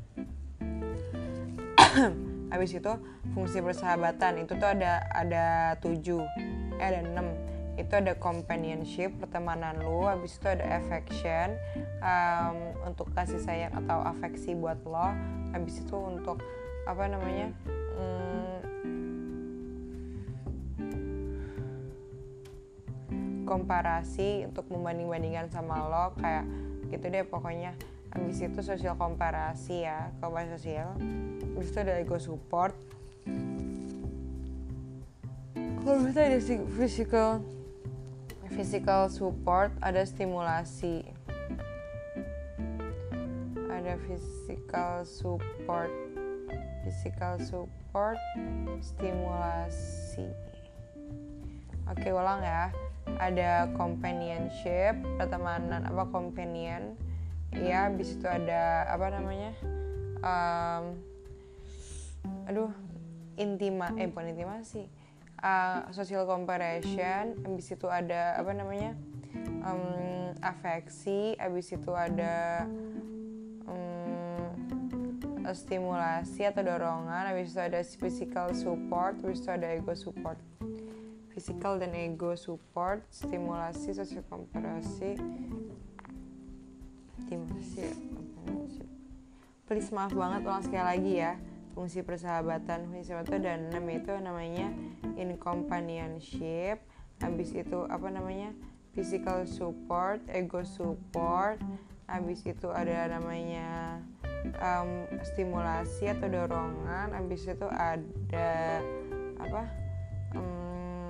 Habis itu fungsi persahabatan itu tuh ada ada tujuh, eh ada enam. Itu ada companionship, pertemanan lu. Habis itu ada affection, um, untuk kasih sayang atau afeksi buat lo. Habis itu untuk apa namanya? Hmm, komparasi, untuk membanding-bandingkan sama lo, kayak gitu deh pokoknya. Habis itu social komparasi ya, komparasi sosial. Habis itu ada ego support. Kalau bisa ada physical physical support, ada stimulasi. Ada physical support, physical support, stimulasi. Oke, ulang ya. Ada companionship, pertemanan apa companion. Ya, habis itu ada apa namanya? Um, aduh, intima, eh bukan intimasi. Uh, social comparison. Habis itu ada apa namanya? Um, afeksi. Habis itu ada um, stimulasi atau dorongan. Habis itu ada physical support. Habis itu ada ego support. Physical dan ego support, stimulasi, social komparasi, stimulasi. Please maaf banget, ulang sekali lagi ya. Fungsi persahabatan, fungsi persahabatan ada enam, itu namanya in companionship. Habis itu apa namanya? Physical support, ego support. Habis itu ada namanya um, stimulasi atau dorongan. Habis itu ada apa? Um,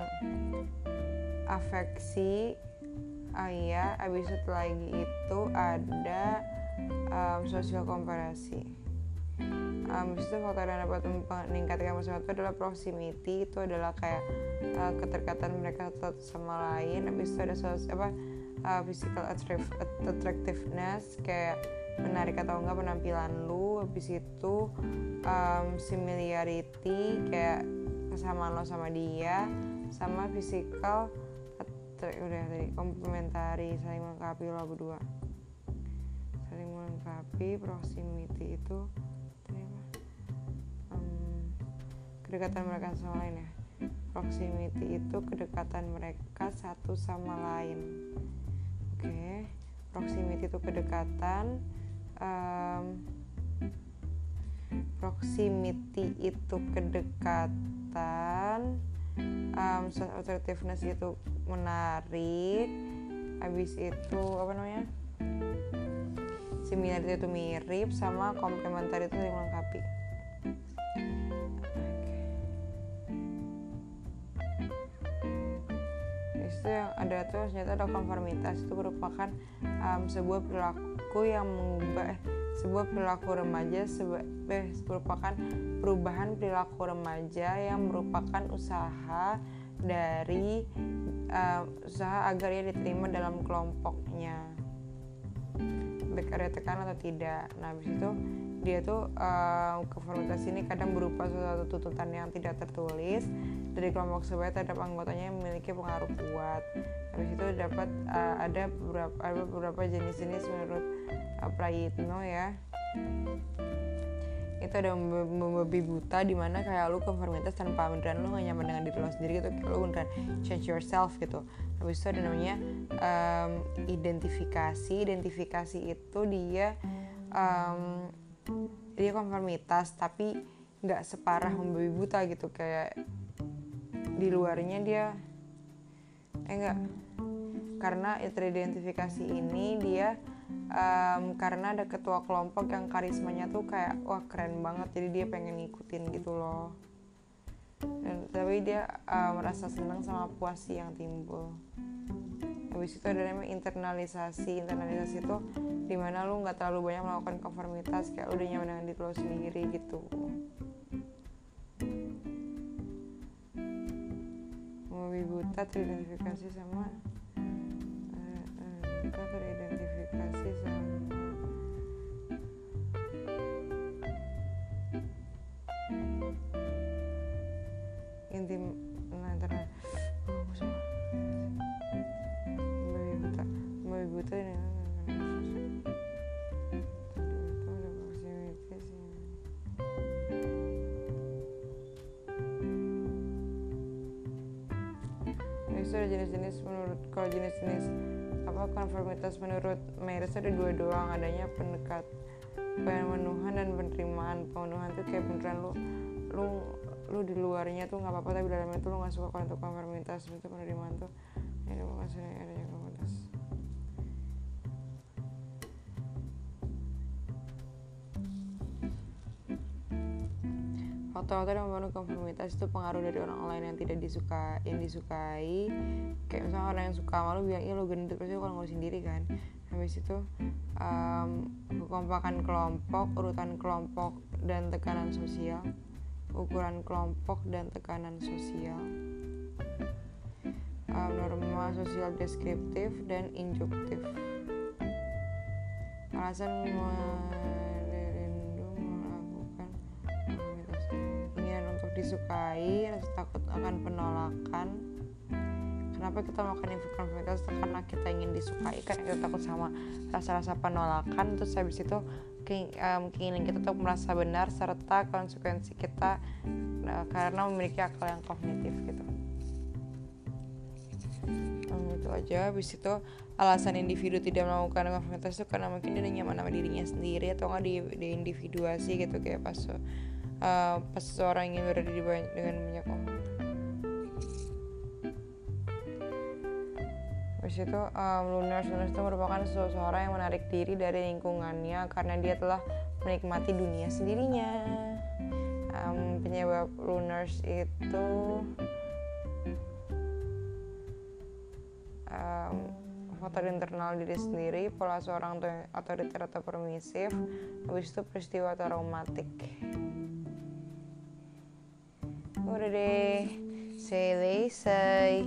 afeksi, ah iya. Habis itu lagi itu ada um, sosial komparasi. Habis um, itu faktor yang dapat meningkatkan persahabatan adalah proximity, itu adalah kayak uh, keterikatan mereka satu sama lain. Habis itu ada sos, apa uh, physical attractiveness, kayak menarik atau enggak penampilan lu. Habis itu um, similarity, kayak kesamaan lo sama dia. Sama physical udah tadi komplementari, saling melengkapi lo berdua, saling melengkapi. Proximity itu tadi apa? Um, kedekatan mereka sama lain ya. Proximity itu kedekatan mereka satu sama lain. Oke, okay. Proximity itu kedekatan. Um, Proximity itu kedekatan, um, assertiveness itu menarik, habis itu apa namanya, similarity itu mirip, sama complementary itu saling melengkapi. Itu yang ada tuh ternyata ada konformitas, itu merupakan um, sebuah perilaku yang mengubah eh, sebuah perilaku remaja seba, eh, merupakan perubahan perilaku remaja yang merupakan usaha dari uh, usaha agar ia diterima dalam kelompoknya, baik ada tekanan atau tidak. Nah, habis itu dia tuh uh, konformitas ini kadang berupa suatu tuntutan yang tidak tertulis dari kelompok sebaya terhadap anggotanya yang memiliki pengaruh kuat. Habis itu dapat uh, ada beberapa ada beberapa jenis-jenis menurut uh, Prayitno ya. Itu ada membabi buta, di mana kayak lu konformitas tanpa beneran lu gak nyaman dengan diri lo sendiri gitu, kayak lu beneran change yourself gitu. Habis itu ada namanya um, identifikasi. Identifikasi itu dia um, dia konformitas tapi nggak separah membabi buta gitu, kayak di luarnya dia eh enggak karena teridentifikasi ini dia um, karena ada ketua kelompok yang karismanya tuh kayak wah keren banget, jadi dia pengen ngikutin gitu loh. Dan, tapi dia uh, merasa senang sama puasi yang timbul. Habis itu ada namanya internalisasi. Internalisasi itu dimana lu nggak terlalu banyak melakukan konformitas, kayak lu udah nyaman dengan diri lo sendiri gitu. Membabi buta teridentifikasi sama uh, uh, kita teridentifikasi sama intim nah antara oh, membabi buta membabi buta ini itu ada jenis-jenis menurut kalau jenis-jenis apa konformitas menurut Myers ada dua doang, adanya pendekat pemenuhan dan penerimaan. Pemenuhan tuh kayak beneran lu lu lu di luarnya tuh nggak apa-apa tapi dalamnya tuh lu nggak suka. Kalau untuk konformitas itu penerimaan tuh ini makasih adanya konformitas. Faktor-faktor yang membangun konformitas itu pengaruh dari orang lain yang tidak disuka, yang disukai. Kayak misalnya orang yang suka sama lu bilang iya lu gendut, pasti lu kalau ngurusin diri kan. Habis itu um, kekompakan kelompok, urutan kelompok dan tekanan sosial, ukuran kelompok dan tekanan sosial, um, norma sosial deskriptif dan injuktif. Alasan disukai, rasa takut akan penolakan. Kenapa kita melakukan konformitas? Karena kita ingin disukai, karena kita takut sama rasa-rasa penolakan. Terus habis itu keinginan kita untuk merasa benar serta konsekuensi kita uh, karena memiliki akal yang kognitif gitu. Nah, itu aja. Habis itu alasan individu tidak melakukan konformitas itu karena mungkin dia nyaman sama dirinya sendiri atau nggak di, di individuasi gitu, kayak pas Uh, pas seseorang ingin berada di banyak, dengan banyak orang. Habis itu um, loners loners itu merupakan seseorang yang menarik diri dari lingkungannya karena dia telah menikmati dunia sendirinya. Um, penyebab loners itu um, faktor internal diri sendiri, pola seorang otoriter atau permisif. Habis itu peristiwa traumatik. Udah deh, selesai.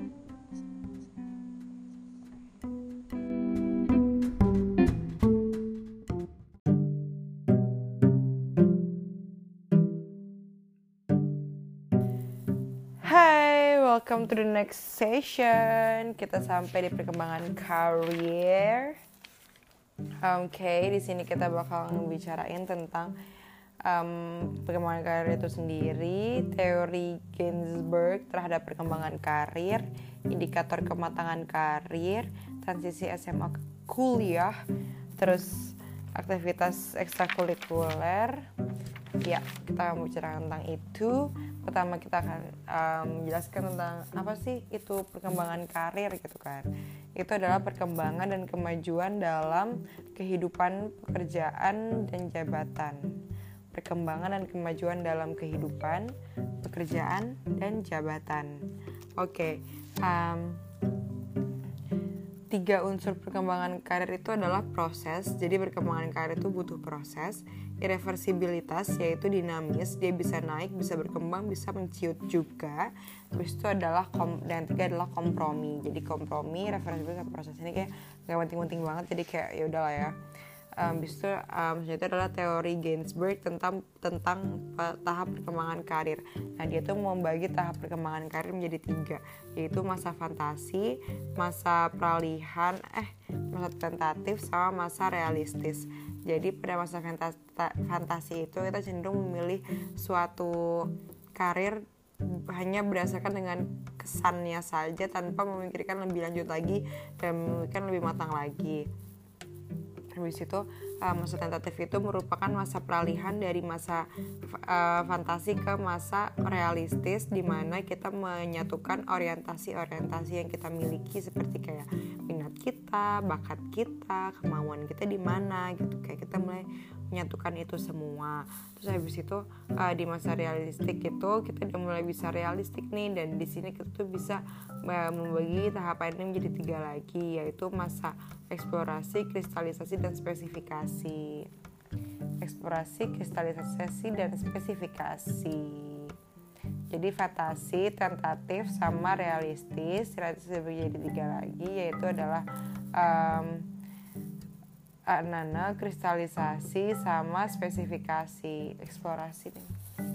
Hai, welcome to the next session. Kita sampai di perkembangan karir. Oke, okay, di sini kita bakal ngebicarain tentang Um, perkembangan karir itu sendiri, teori Ginsberg terhadap perkembangan karir, indikator kematangan karir, transisi S M A ke kuliah, terus aktivitas ekstrakurikuler, Ya, kita akan bicara tentang itu. Pertama kita akan um, menjelaskan tentang apa sih itu perkembangan karir gitu kan. Itu adalah perkembangan dan kemajuan dalam kehidupan, pekerjaan, dan jabatan. Perkembangan dan kemajuan dalam kehidupan, pekerjaan, dan jabatan. Oke, okay. um, Tiga unsur perkembangan karir itu adalah proses. Jadi perkembangan karir itu butuh proses. Irreversibilitas, yaitu dinamis, dia bisa naik, bisa berkembang, bisa menciut juga. Terus itu adalah kom- dan tiga adalah kompromi. Jadi kompromi, reversibilitas, proses ini kayak gak penting-penting banget. Jadi kayak ya udahlah ya. Um, Habis itu um, itu adalah teori Ginsberg tentang tentang tahap perkembangan karir. Nah dia tuh membagi tahap perkembangan karir menjadi tiga, yaitu masa fantasi, masa peralihan, eh masa tentatif, sama masa realistis. Jadi pada masa fantasi, fantasi itu kita cenderung memilih suatu karir hanya berdasarkan dengan kesannya saja tanpa memikirkan lebih lanjut lagi dan memikirkan lebih matang lagi. Habis itu uh, masa tentatif itu merupakan masa peralihan dari masa uh, fantasi ke masa realistis, di mana kita menyatukan orientasi-orientasi yang kita miliki seperti kayak minat kita, bakat kita, kemauan kita di mana gitu, kayak kita mulai menyatukan itu semua. Terus habis itu uh, di masa realistik itu kita udah mulai bisa realistik nih, dan di sini kita tuh bisa uh, membagi tahapan ini menjadi tiga lagi, yaitu masa eksplorasi, kristalisasi, dan spesifikasi. Eksplorasi, kristalisasi, dan spesifikasi. Jadi fantasi, tentatif, sama realistis. Realistis menjadi tiga lagi, yaitu adalah um, nana, kristalisasi, sama spesifikasi. Eksplorasi nih.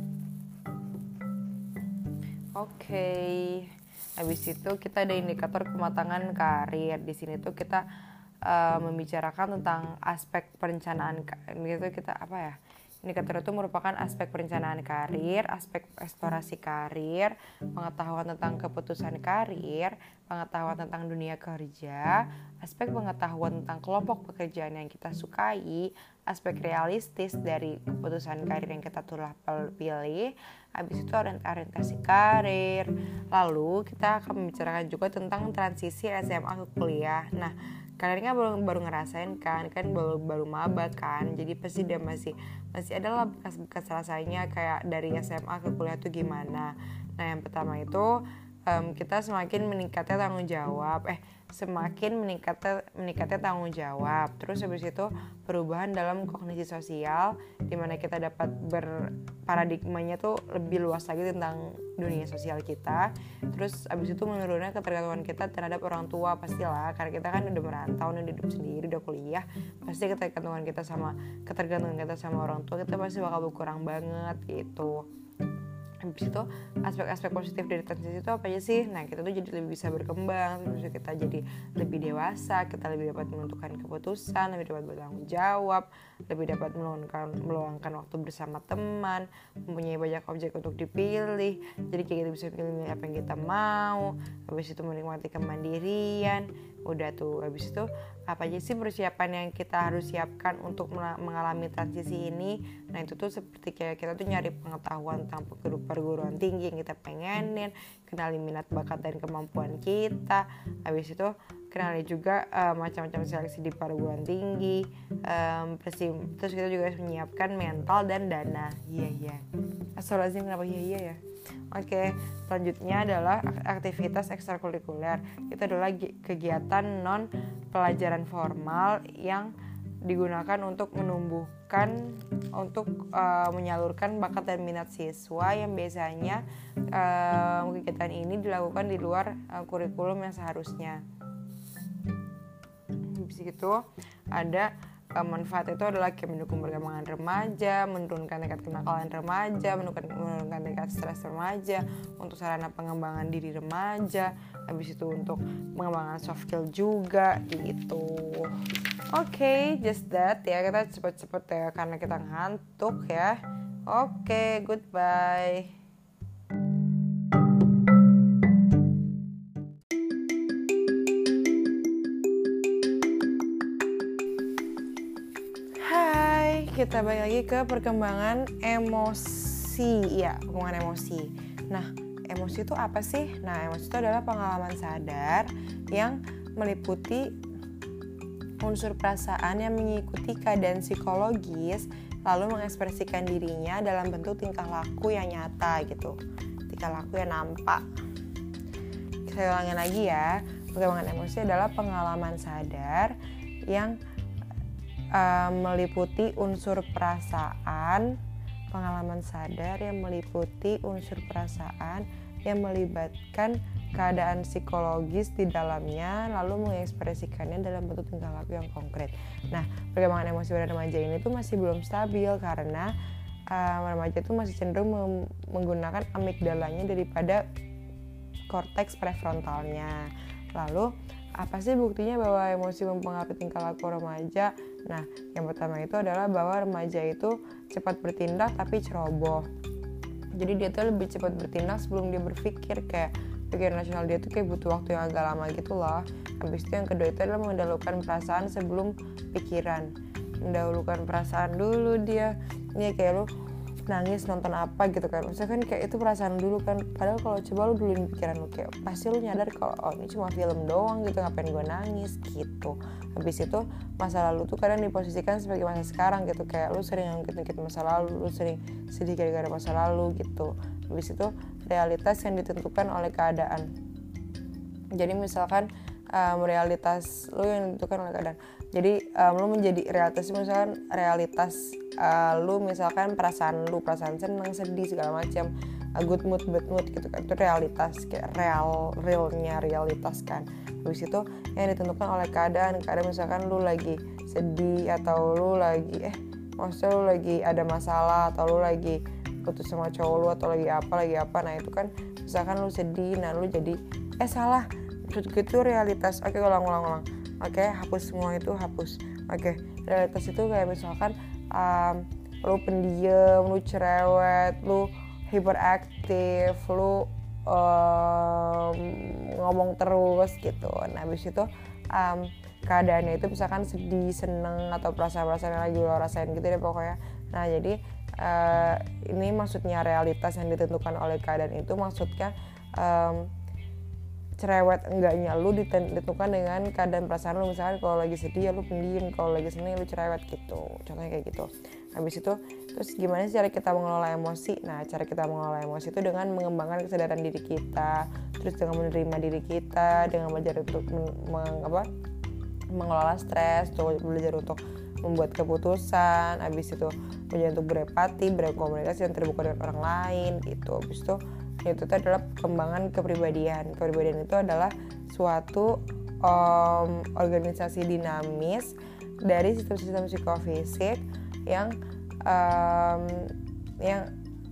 Oke. Okay. Habis itu kita ada indikator kematangan karir. Di sini tuh kita uh, membicarakan tentang aspek perencanaan. Itu kita apa ya? Indikator itu merupakan aspek perencanaan karir, aspek eksplorasi karir, pengetahuan tentang keputusan karir, pengetahuan tentang dunia kerja, aspek pengetahuan tentang kelompok pekerjaan yang kita sukai, aspek realistis dari keputusan karir yang kita telah pilih, habis itu orientasi karir. Lalu kita akan membicarakan juga tentang transisi S M A ke kuliah. Nah, kalian kan baru, baru ngerasain kan, kan baru baru maba kan, jadi pasti dia masih masih adalah bekas-bekas rasanya kayak dari S M A ke kuliah tuh gimana. Nah yang pertama itu um, kita semakin meningkatnya tanggung jawab, eh semakin meningkatnya meningkatnya tanggung jawab. Terus habis itu perubahan dalam kognisi sosial, dimana kita dapat berparadigmanya tuh lebih luas lagi tentang dunia sosial kita. Terus habis itu menurunnya ketergantungan kita terhadap orang tua, pastilah karena kita kan udah merantau, udah hidup sendiri, udah kuliah, pasti ketergantungan kita sama ketergantungan kita sama orang tua kita pasti bakal berkurang banget gitu. Habis itu aspek-aspek positif dari transisi itu apa aja sih? Nah kita tuh jadi lebih bisa berkembang, terus kita jadi lebih dewasa, kita lebih dapat menentukan keputusan, lebih dapat bertanggung jawab, lebih dapat meluangkan, meluangkan waktu bersama teman, mempunyai banyak objek untuk dipilih, jadi kayak kita bisa pilih apa yang kita mau. Habis itu menikmati kemandirian. Udah tuh, habis itu apa aja sih persiapan yang kita harus siapkan untuk mengalami transisi ini? Nah itu tuh seperti kayak kita tuh nyari pengetahuan tentang perguruan tinggi yang kita pengenin, kenali minat bakat dan kemampuan kita. Habis itu kenali juga uh, macam-macam seleksi di perguruan tinggi. Um, terus kita juga harus menyiapkan mental dan dana. Iya iya. Astagfirullahaladzim, kenapa iya iya ya? Oke, selanjutnya adalah aktivitas ekstrakurikuler. Itu adalah kegiatan non pelajaran formal yang digunakan untuk menumbuhkan, untuk uh, menyalurkan bakat dan minat siswa yang biasanya uh, kegiatan ini dilakukan di luar uh, kurikulum yang seharusnya. Habis itu ada manfaat itu adalah kayak mendukung perkembangan remaja, menurunkan tingkat kenakalan remaja, menurunkan, menurunkan tingkat stres remaja, untuk sarana pengembangan diri remaja, habis itu untuk pengembangan soft skill juga gitu. Oke, okay, just that ya, kita cepet-cepet ya karena kita ngantuk ya. Oke, okay, goodbye. kita balik lagi ke perkembangan emosi. Ya, perkembangan emosi. Nah, emosi itu apa sih? Nah, emosi itu adalah pengalaman sadar yang meliputi unsur perasaan yang mengikuti keadaan psikologis, lalu mengekspresikan dirinya dalam bentuk tingkah laku yang nyata gitu, tingkah laku yang nampak. Saya ulangin lagi ya, perkembangan emosi adalah pengalaman sadar yang uh, meliputi unsur perasaan, pengalaman sadar yang meliputi unsur perasaan yang melibatkan keadaan psikologis di dalamnya, lalu mengekspresikannya dalam bentuk tingkah laku yang konkret. Nah, perkembangan emosi pada remaja ini tuh masih belum stabil karena uh, remaja itu masih cenderung mem- menggunakan amigdalanya daripada korteks prefrontalnya. Lalu, apa sih buktinya bahwa emosi mempengaruhi tingkah laku remaja? Nah, yang pertama itu adalah bahwa remaja itu cepat bertindak tapi ceroboh. Jadi dia tuh lebih cepat bertindak sebelum dia berpikir, kayak pikiran rasional dia tuh kayak butuh waktu yang agak lama gitu loh. Habis itu yang kedua itu adalah mendahulukan perasaan sebelum pikiran. Mendahulukan perasaan dulu dia. Ini kayak lu nangis nonton apa gitu kan. Maksudnya kan kayak itu perasaan dulu kan. Padahal kalau coba lu duluin pikiran lu, kayak pasti lu nyadar kalau oh ini cuma film doang gitu, ngapain gue nangis gitu. Habis itu masa lalu tuh kadang diposisikan sebagai masa sekarang gitu. Kayak lu sering ngungkit-ngungkit masa lalu, lu sering sedih gara-gara masa lalu gitu. Habis itu realitas yang ditentukan oleh keadaan. Jadi misalkan um, realitas lu yang ditentukan oleh keadaan. Jadi um, lu menjadi realitas misalkan realitas uh, lu misalkan perasaan lu, perasaan senang, sedih segala macam, uh, good mood, bad mood gitu kan. Itu realitas, kayak real realnya realitas kan. Habis itu yang ditentukan oleh keadaan. Kadang misalkan lu lagi sedih atau lu lagi eh maksudnya lu lagi ada masalah atau lu lagi putus sama cowok lu atau lagi apa lagi apa nah itu kan misalkan lu sedih, nah lu jadi eh salah maksud gue itu realitas. Oke, ulang ulang ulang oke, hapus semua itu, hapus. Oke, realitas itu kayak misalkan um, lu pendiam, lu cerewet, lu hiperaktif, lu um, ngomong terus gitu. Nah habis itu um, keadaannya itu misalkan sedih, seneng atau perasaan-perasaan yang lagi lo rasain gitu deh pokoknya. Nah jadi Uh, ini maksudnya realitas yang ditentukan oleh keadaan itu maksudnya um, cerewet enggaknya lu ditentukan dengan keadaan perasaan lu. Misalkan kalau lagi sedih ya lu pendiam, kalau lagi seneng lu cerewet gitu, contohnya kayak gitu. Habis itu terus gimana sih cara kita mengelola emosi? Nah cara kita mengelola emosi itu dengan mengembangkan kesadaran diri kita, terus dengan menerima diri kita, dengan belajar untuk men- meng- apa, mengelola stres, tuh belajar untuk membuat keputusan, habis itu belajar untuk berempati, berkomunikasi dan terbuka dengan orang lain gitu. Habis itu itu itu adalah perkembangan kepribadian. Kepribadian itu adalah suatu um, organisasi dinamis dari sistem-sistem psikofisik yang um, yang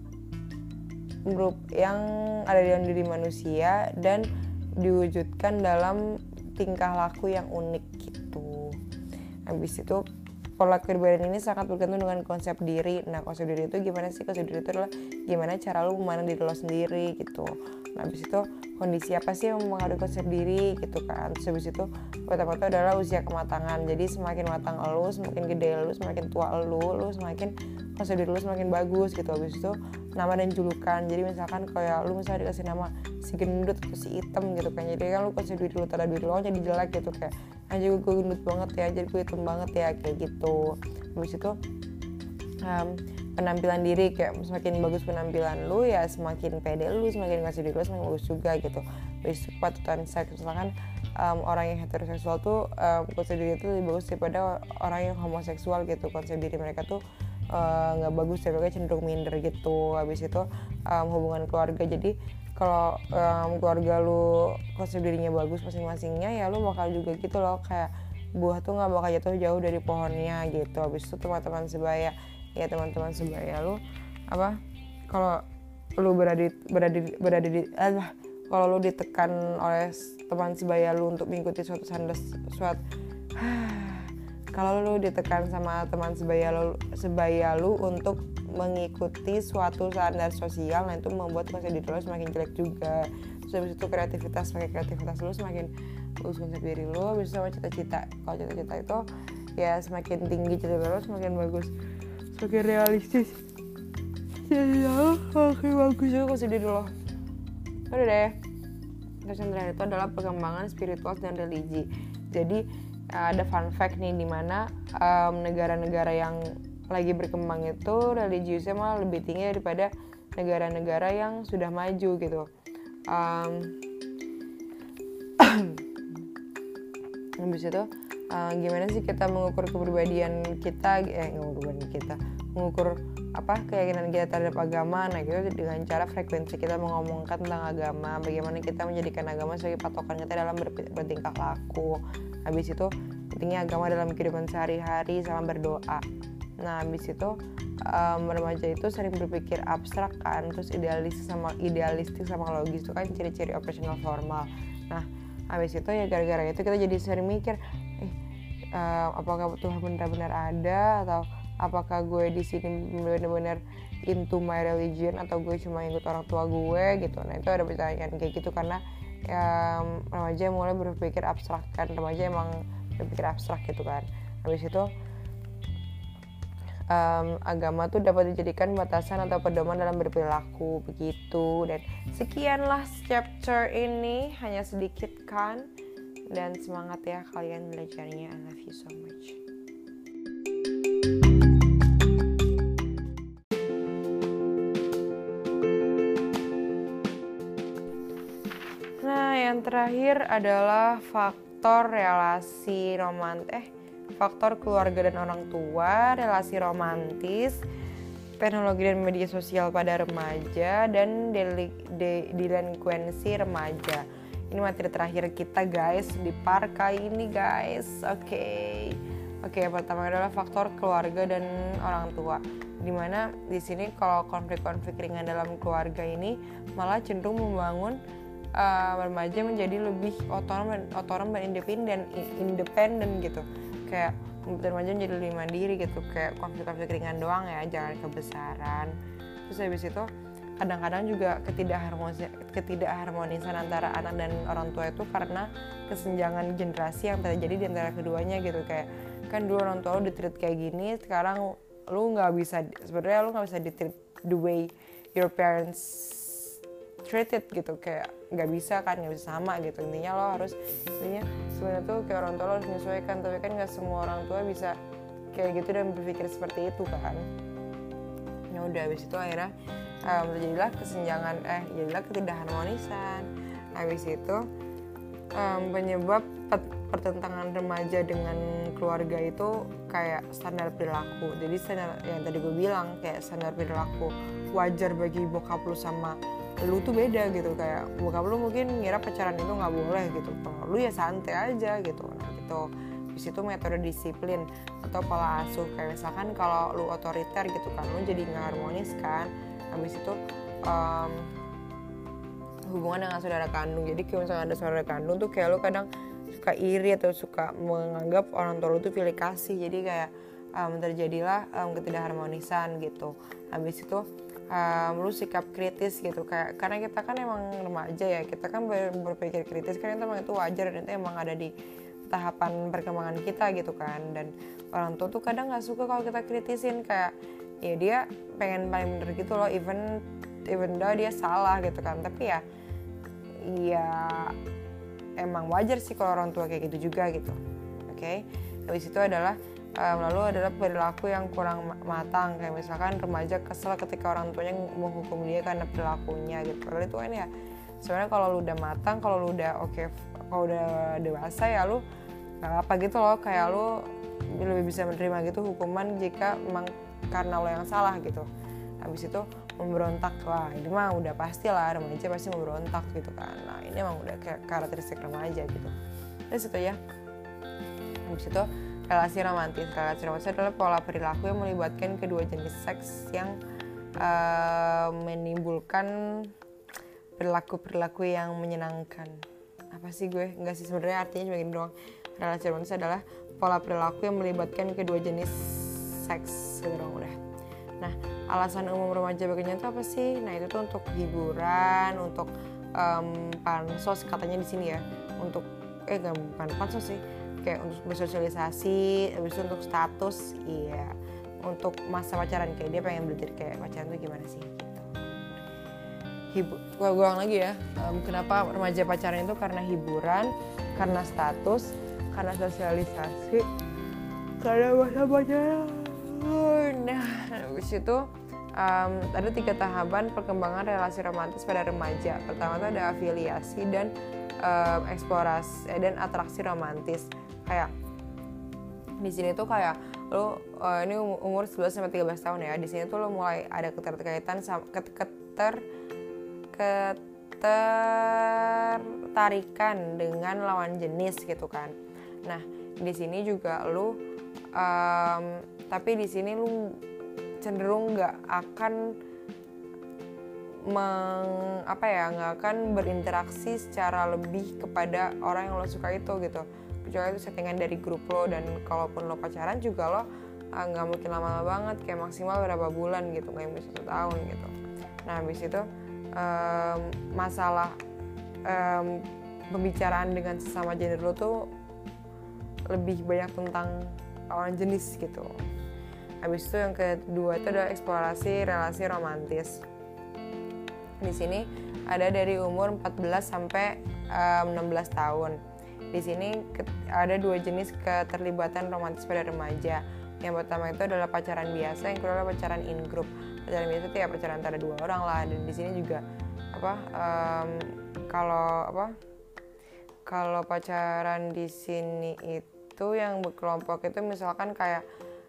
grup yang ada di dalam diri manusia dan diwujudkan dalam tingkah laku yang unik gitu. Habis itu pola kepribadian ini sangat bergantung dengan konsep diri. Nah konsep diri itu gimana sih? Konsep diri itu adalah gimana cara lu memandang diri lo sendiri gitu. Nah habis itu kondisi apa sih yang mempengaruhi konsep diri gitu kan. Terus habis itu pertama itu adalah usia kematangan. Jadi semakin matang lu, semakin gede lu, semakin tua lu, lu semakin konsep diri lu semakin bagus gitu. Habis itu nama dan julukan. Jadi misalkan kayak lu misalnya dikasih nama si gendut atau si hitam gitu kan. Jadi kan lu konsep diri lu terhadap diri lu jadi jelek gitu, kayak anjir gue gendut banget ya, jadi gue hitam banget ya kayak gitu. Habis itu um, penampilan diri, kayak semakin bagus penampilan lu ya semakin pede lu, semakin ngasih diri lu semakin bagus juga gitu. Habis itu kepatutan seks, misalkan um, orang yang heteroseksual tuh um, konsep diri itu lebih bagus daripada orang yang homoseksual gitu. Konsep diri mereka tuh nggak uh, bagus, tapi mereka cenderung minder gitu. Habis itu um, hubungan keluarga, jadi kalau um, keluarga lu konsep dirinya bagus masing-masingnya ya lu bakal juga gitu loh, kayak buah tuh nggak bakal jatuh jauh dari pohonnya gitu. Habis itu teman-teman sebaya, ya teman-teman sebaya lu apa, kalau lu berada berada berada di ah, kalau lu ditekan oleh teman sebaya lu untuk mengikuti suatu standar suatu kalau lu ditekan sama teman sebaya lu sebaya lu untuk mengikuti suatu standar sosial, nah itu membuat konsep diri lu semakin jelek juga. Terus habis itu kreativitas, semakin kreativitas lu semakin bagus konsep diri lu. Habis itu sama cita-cita, kalau cita-cita itu ya semakin tinggi cita-cita lu semakin bagus semakin realistis. Jadi oke bagus juga kok sedih dulu. Udah deh. Terus yang terakhir itu adalah perkembangan spiritual dan religi. Jadi ada fun fact nih, dimana um, negara-negara yang lagi berkembang itu religiusnya malah lebih tinggi daripada negara-negara yang sudah maju gitu. Um, habis itu uh, gimana sih kita mengukur kepribadian kita, eh mengukur kita, mengukur apa keyakinan kita terhadap agama. Nah gitu dengan cara frekuensi kita mengomongkan tentang agama, bagaimana kita menjadikan agama sebagai patokan kita dalam ber- bertingkah laku. Habis itu pentingnya agama dalam kehidupan sehari-hari sama berdoa. Nah habis itu um, remaja itu sering berpikir abstrak kan, terus idealistis sama idealistik sama logis itu kan ciri-ciri operasional formal. Nah habis itu ya gara-gara itu kita jadi sering mikir, eh uh, apakah Tuhan benar-benar ada, atau apakah gue di sini benar-benar into my religion, atau gue cuma ikut orang tua gue gitu. Nah itu ada pertanyaan kayak gitu karena um, remaja mulai berpikir abstrak kan, remaja emang berpikir abstrak gitu kan. Habis itu um, agama tuh dapat dijadikan batasan atau pedoman dalam berperilaku begitu. Dan sekianlah chapter ini, hanya sedikit kan, dan semangat ya kalian belajarnya. I love you so much. Nah yang terakhir adalah faktor relasi romantis eh faktor keluarga dan orang tua, relasi romantis, teknologi dan media sosial pada remaja, dan deli- de- delinkuensi remaja. Ini materi terakhir kita guys di part kali ini guys. Oke, okay. Oke, okay, pertama adalah faktor keluarga dan orang tua. Dimana di sini kalau konflik-konflik ringan dalam keluarga ini malah cenderung membangun uh, remaja menjadi lebih otonom dan otonom dan independen, independen gitu. Kayak remaja menjadi lebih mandiri gitu, kayak konflik-konflik ringan doang ya, jangan kebesaran. Terus habis itu kadang-kadang juga ketidakharmonisan, ketidakharmonisan antara anak dan orang tua itu karena kesenjangan generasi yang terjadi di antara keduanya gitu. Kayak kan dulu orang tua lu di-treat kayak gini, sekarang lu nggak bisa, sebenarnya lu nggak bisa di-treat the way your parents treated gitu, kayak nggak bisa kan, nggak bisa sama gitu. Intinya lo harus, intinya sebenarnya tuh kayak orang tua lo harus menyesuaikan, tapi kan nggak semua orang tua bisa kayak gitu dan berpikir seperti itu kan. Ya udah, habis itu akhirnya um, terjadilah kesenjangan, eh jadilah ketidakharmonisan. Habis itu um, penyebab pertentangan remaja dengan keluarga itu kayak standar perilaku. Jadi standar yang tadi gue bilang, kayak standar perilaku wajar bagi bokap lu sama lu tuh beda gitu. Kayak bokap lu mungkin ngira pacaran itu nggak boleh gitu, kalau lu ya santai aja gitu. Nah gitu. Di situ metode disiplin atau pola asuh, kayak misalkan kalau lu otoriter gitu kan, lu jadi nggak harmonis kan. Habis itu um, hubungan dengan saudara kandung. Jadi kalau misalnya ada saudara kandung tuh kayak lu kadang suka iri atau suka menganggap orang tua lu tuh pilih kasih. Jadi kayak um, terjadilah um, ketidakharmonisan gitu. Habis itu um, lu sikap kritis gitu, kayak karena kita kan emang remaja ya, kita kan ber- berpikir kritis kan, itu emang itu wajar dan itu emang ada di tahapan perkembangan kita gitu kan. Dan orang tua tuh kadang nggak suka kalau kita kritisin, kayak ya dia pengen paling bener gitu loh, even even though dia salah gitu kan. Tapi ya ya emang wajar sih kalau orang tua kayak gitu juga gitu. Oke, okay? Habis itu adalah um, lalu adalah perilaku yang kurang matang, kayak misalkan remaja kesel ketika orang tuanya menghukum dia karena perilakunya gitu. Padahal itu kan ya sebenarnya kalau lu udah matang, kalau lu udah oke, okay, kalau udah dewasa ya lu nggak apa gitu loh, kayak lu lebih bisa menerima gitu hukuman jika memang karena lo yang salah gitu. Habis itu memberontak, wah ini mah udah pasti lah, remaja pasti memberontak gitu kan. Nah ini emang udah kayak karakteristik remaja gitu. Terus itu ya. Habis itu relasi romantis. Relasi romantis adalah pola perilaku yang melibatkan kedua jenis seks yang uh, menimbulkan perilaku-perilaku yang menyenangkan. Apa sih gue? Enggak sih, sebenarnya artinya cuma gini doang. Relasi romantis adalah pola perilaku yang melibatkan kedua jenis seks gitu dong udah. Nah, alasan umum remaja bekerja itu apa sih? Nah, itu tuh untuk hiburan, untuk um, pansos katanya di sini ya. Untuk eh enggak bukan pansos sih. Kayak untuk bersosialisasi, habis itu untuk status, iya. untuk masa pacaran, kayak dia pengen belajar kayak pacaran tuh gimana sih gitu. Hibur, gue ulang lagi ya, um, kenapa remaja pacaran itu karena hiburan, karena status, karena sosialisasi, karena masa pacaran. Nah, habis itu um, ada tiga tahapan perkembangan relasi romantis pada remaja. Pertama itu ada afiliasi dan um, eksplorasi eh, dan atraksi romantis. Kayak di sini tuh kayak lo uh, ini umur sebelas sampai tiga belas tahun ya. Di sini tuh lo mulai ada keterkaitan sama keter ketertarikan dengan lawan jenis gitu kan. Nah, di sini juga lo um, tapi di sini lo cenderung nggak akan meng, apa ya nggak akan berinteraksi secara lebih kepada orang yang lo suka itu gitu. Kecuali itu settingan dari grup lo, dan kalaupun lo pacaran juga lo nggak uh, mungkin lama-lama banget, kayak maksimal berapa bulan gitu, nggak bisa satu tahun gitu. Nah, habis itu um, masalah um, pembicaraan dengan sesama gender lo tuh lebih banyak tentang lawan jenis gitu. Habis itu yang kedua itu adalah eksplorasi relasi romantis. Di sini ada dari umur empat belas sampai um, enam belas tahun. Di sini ada dua jenis keterlibatan romantis pada remaja. Yang pertama itu adalah pacaran biasa, yang kedua adalah pacaran in group. Pacaran biasa itu ya pacaran antara dua orang lah. Dan di sini juga apa um, kalau apa kalau pacaran di sini itu yang berkelompok itu misalkan kayak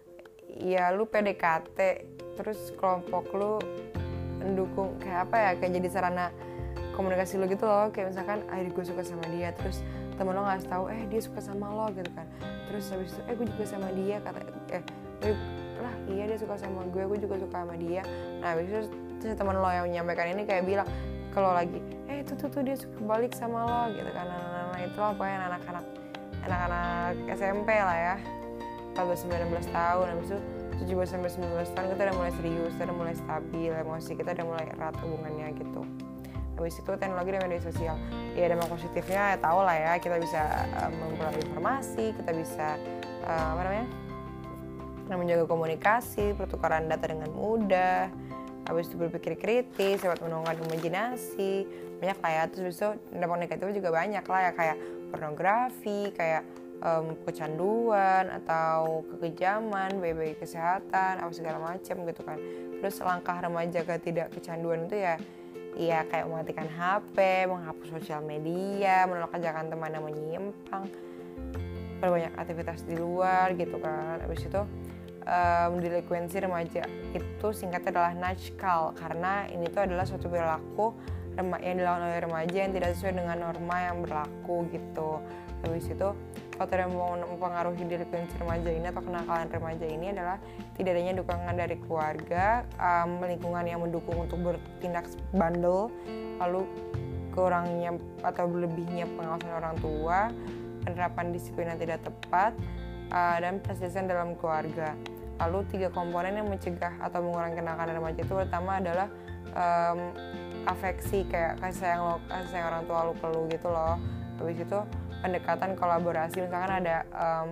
ya lu P D K T terus kelompok lu mendukung, kayak apa ya, kayak jadi sarana komunikasi lu gitu loh. Kayak misalkan ah gue suka sama dia, terus temen lo ngasih tahu eh dia suka sama lo gitu kan. Terus habis itu eh gue juga sama dia, kata eh lah iya dia suka sama gue, gue juga suka sama dia. Nah habis itu si temen lo yang menyampaikan ini kayak bilang kalau lagi eh tuh tuh tuh dia suka balik sama lo gitu kan. Nah, nah, nah itu loh pokoknya anak-anak anak-anak S M P lah ya, empat belas sampai enam belas tahun. Habis itu tujuh belas sampai sembilan belas tahun kita udah mulai serius, kita udah mulai stabil, emosi kita udah mulai erat hubungannya gitu. Habis itu teknologi dan media sosial, ya dampak positifnya ya tau lah ya, kita bisa uh, memperoleh informasi, kita bisa uh, apa namanya menjaga komunikasi, pertukaran data dengan mudah. Habis itu berpikir kritis, dapat menemukan imajinasi, banyak lah ya. Terus habis itu dampak negatifnya juga banyak lah ya, kayak pornografi, kayak um, kecanduan atau kekejaman, baik-baik kesehatan, apa segala macam gitu kan. Terus langkah remaja ke tidak kecanduan itu ya Iya kayak mematikan H P, menghapus sosial media, menolak ajakan teman yang menyimpang, berbanyak aktivitas di luar gitu kan. Habis itu um, delinkuensi remaja itu singkatnya adalah nackal, karena ini tuh adalah suatu perilaku yang dilakukan oleh remaja yang tidak sesuai dengan norma yang berlaku gitu. Habis itu faktor yang mempengaruhi delinkuensi remaja ini atau kenakalan remaja ini adalah tidak adanya dukungan dari keluarga, um, lingkungan yang mendukung untuk bertindak bandel, lalu kurangnya atau lebihnya pengawasan orang tua, penerapan disiplin yang tidak tepat, uh, dan perselisihan dalam keluarga. Lalu tiga komponen yang mencegah atau mengurangi kenakalan remaja itu pertama adalah um, afeksi, kayak kasih sayang lo, kasih sayang orang tua lo ke lo gitu loh. Habis itu pendekatan kolaborasi, misalkan ada um,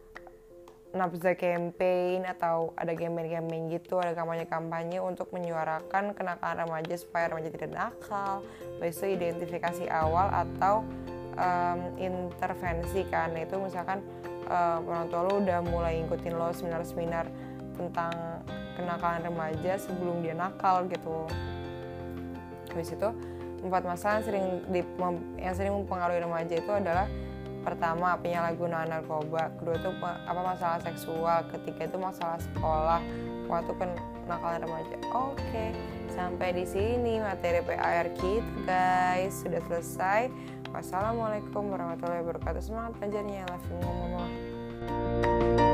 nafza campaign atau ada campaign-campaign gitu, ada kampanye-kampanye untuk menyuarakan kenakalan remaja supaya remaja tidak nakal. Habis itu identifikasi awal atau um, intervensi kan, itu misalkan um, orang tua lo udah mulai ngikutin lo seminar-seminar tentang kenakalan remaja sebelum dia nakal gitu. Habis itu empat masalah yang sering di, yang sering mempengaruhi remaja itu adalah pertama penyalahgunaan narkoba, kedua itu apa masalah seksual, ketiga itu masalah sekolah, waktu kenakalan remaja. Oke, sampai di sini materi P A R kita guys sudah selesai. Wassalamualaikum warahmatullahi wabarakatuh. Semangat belajarnya, love you, ngomong.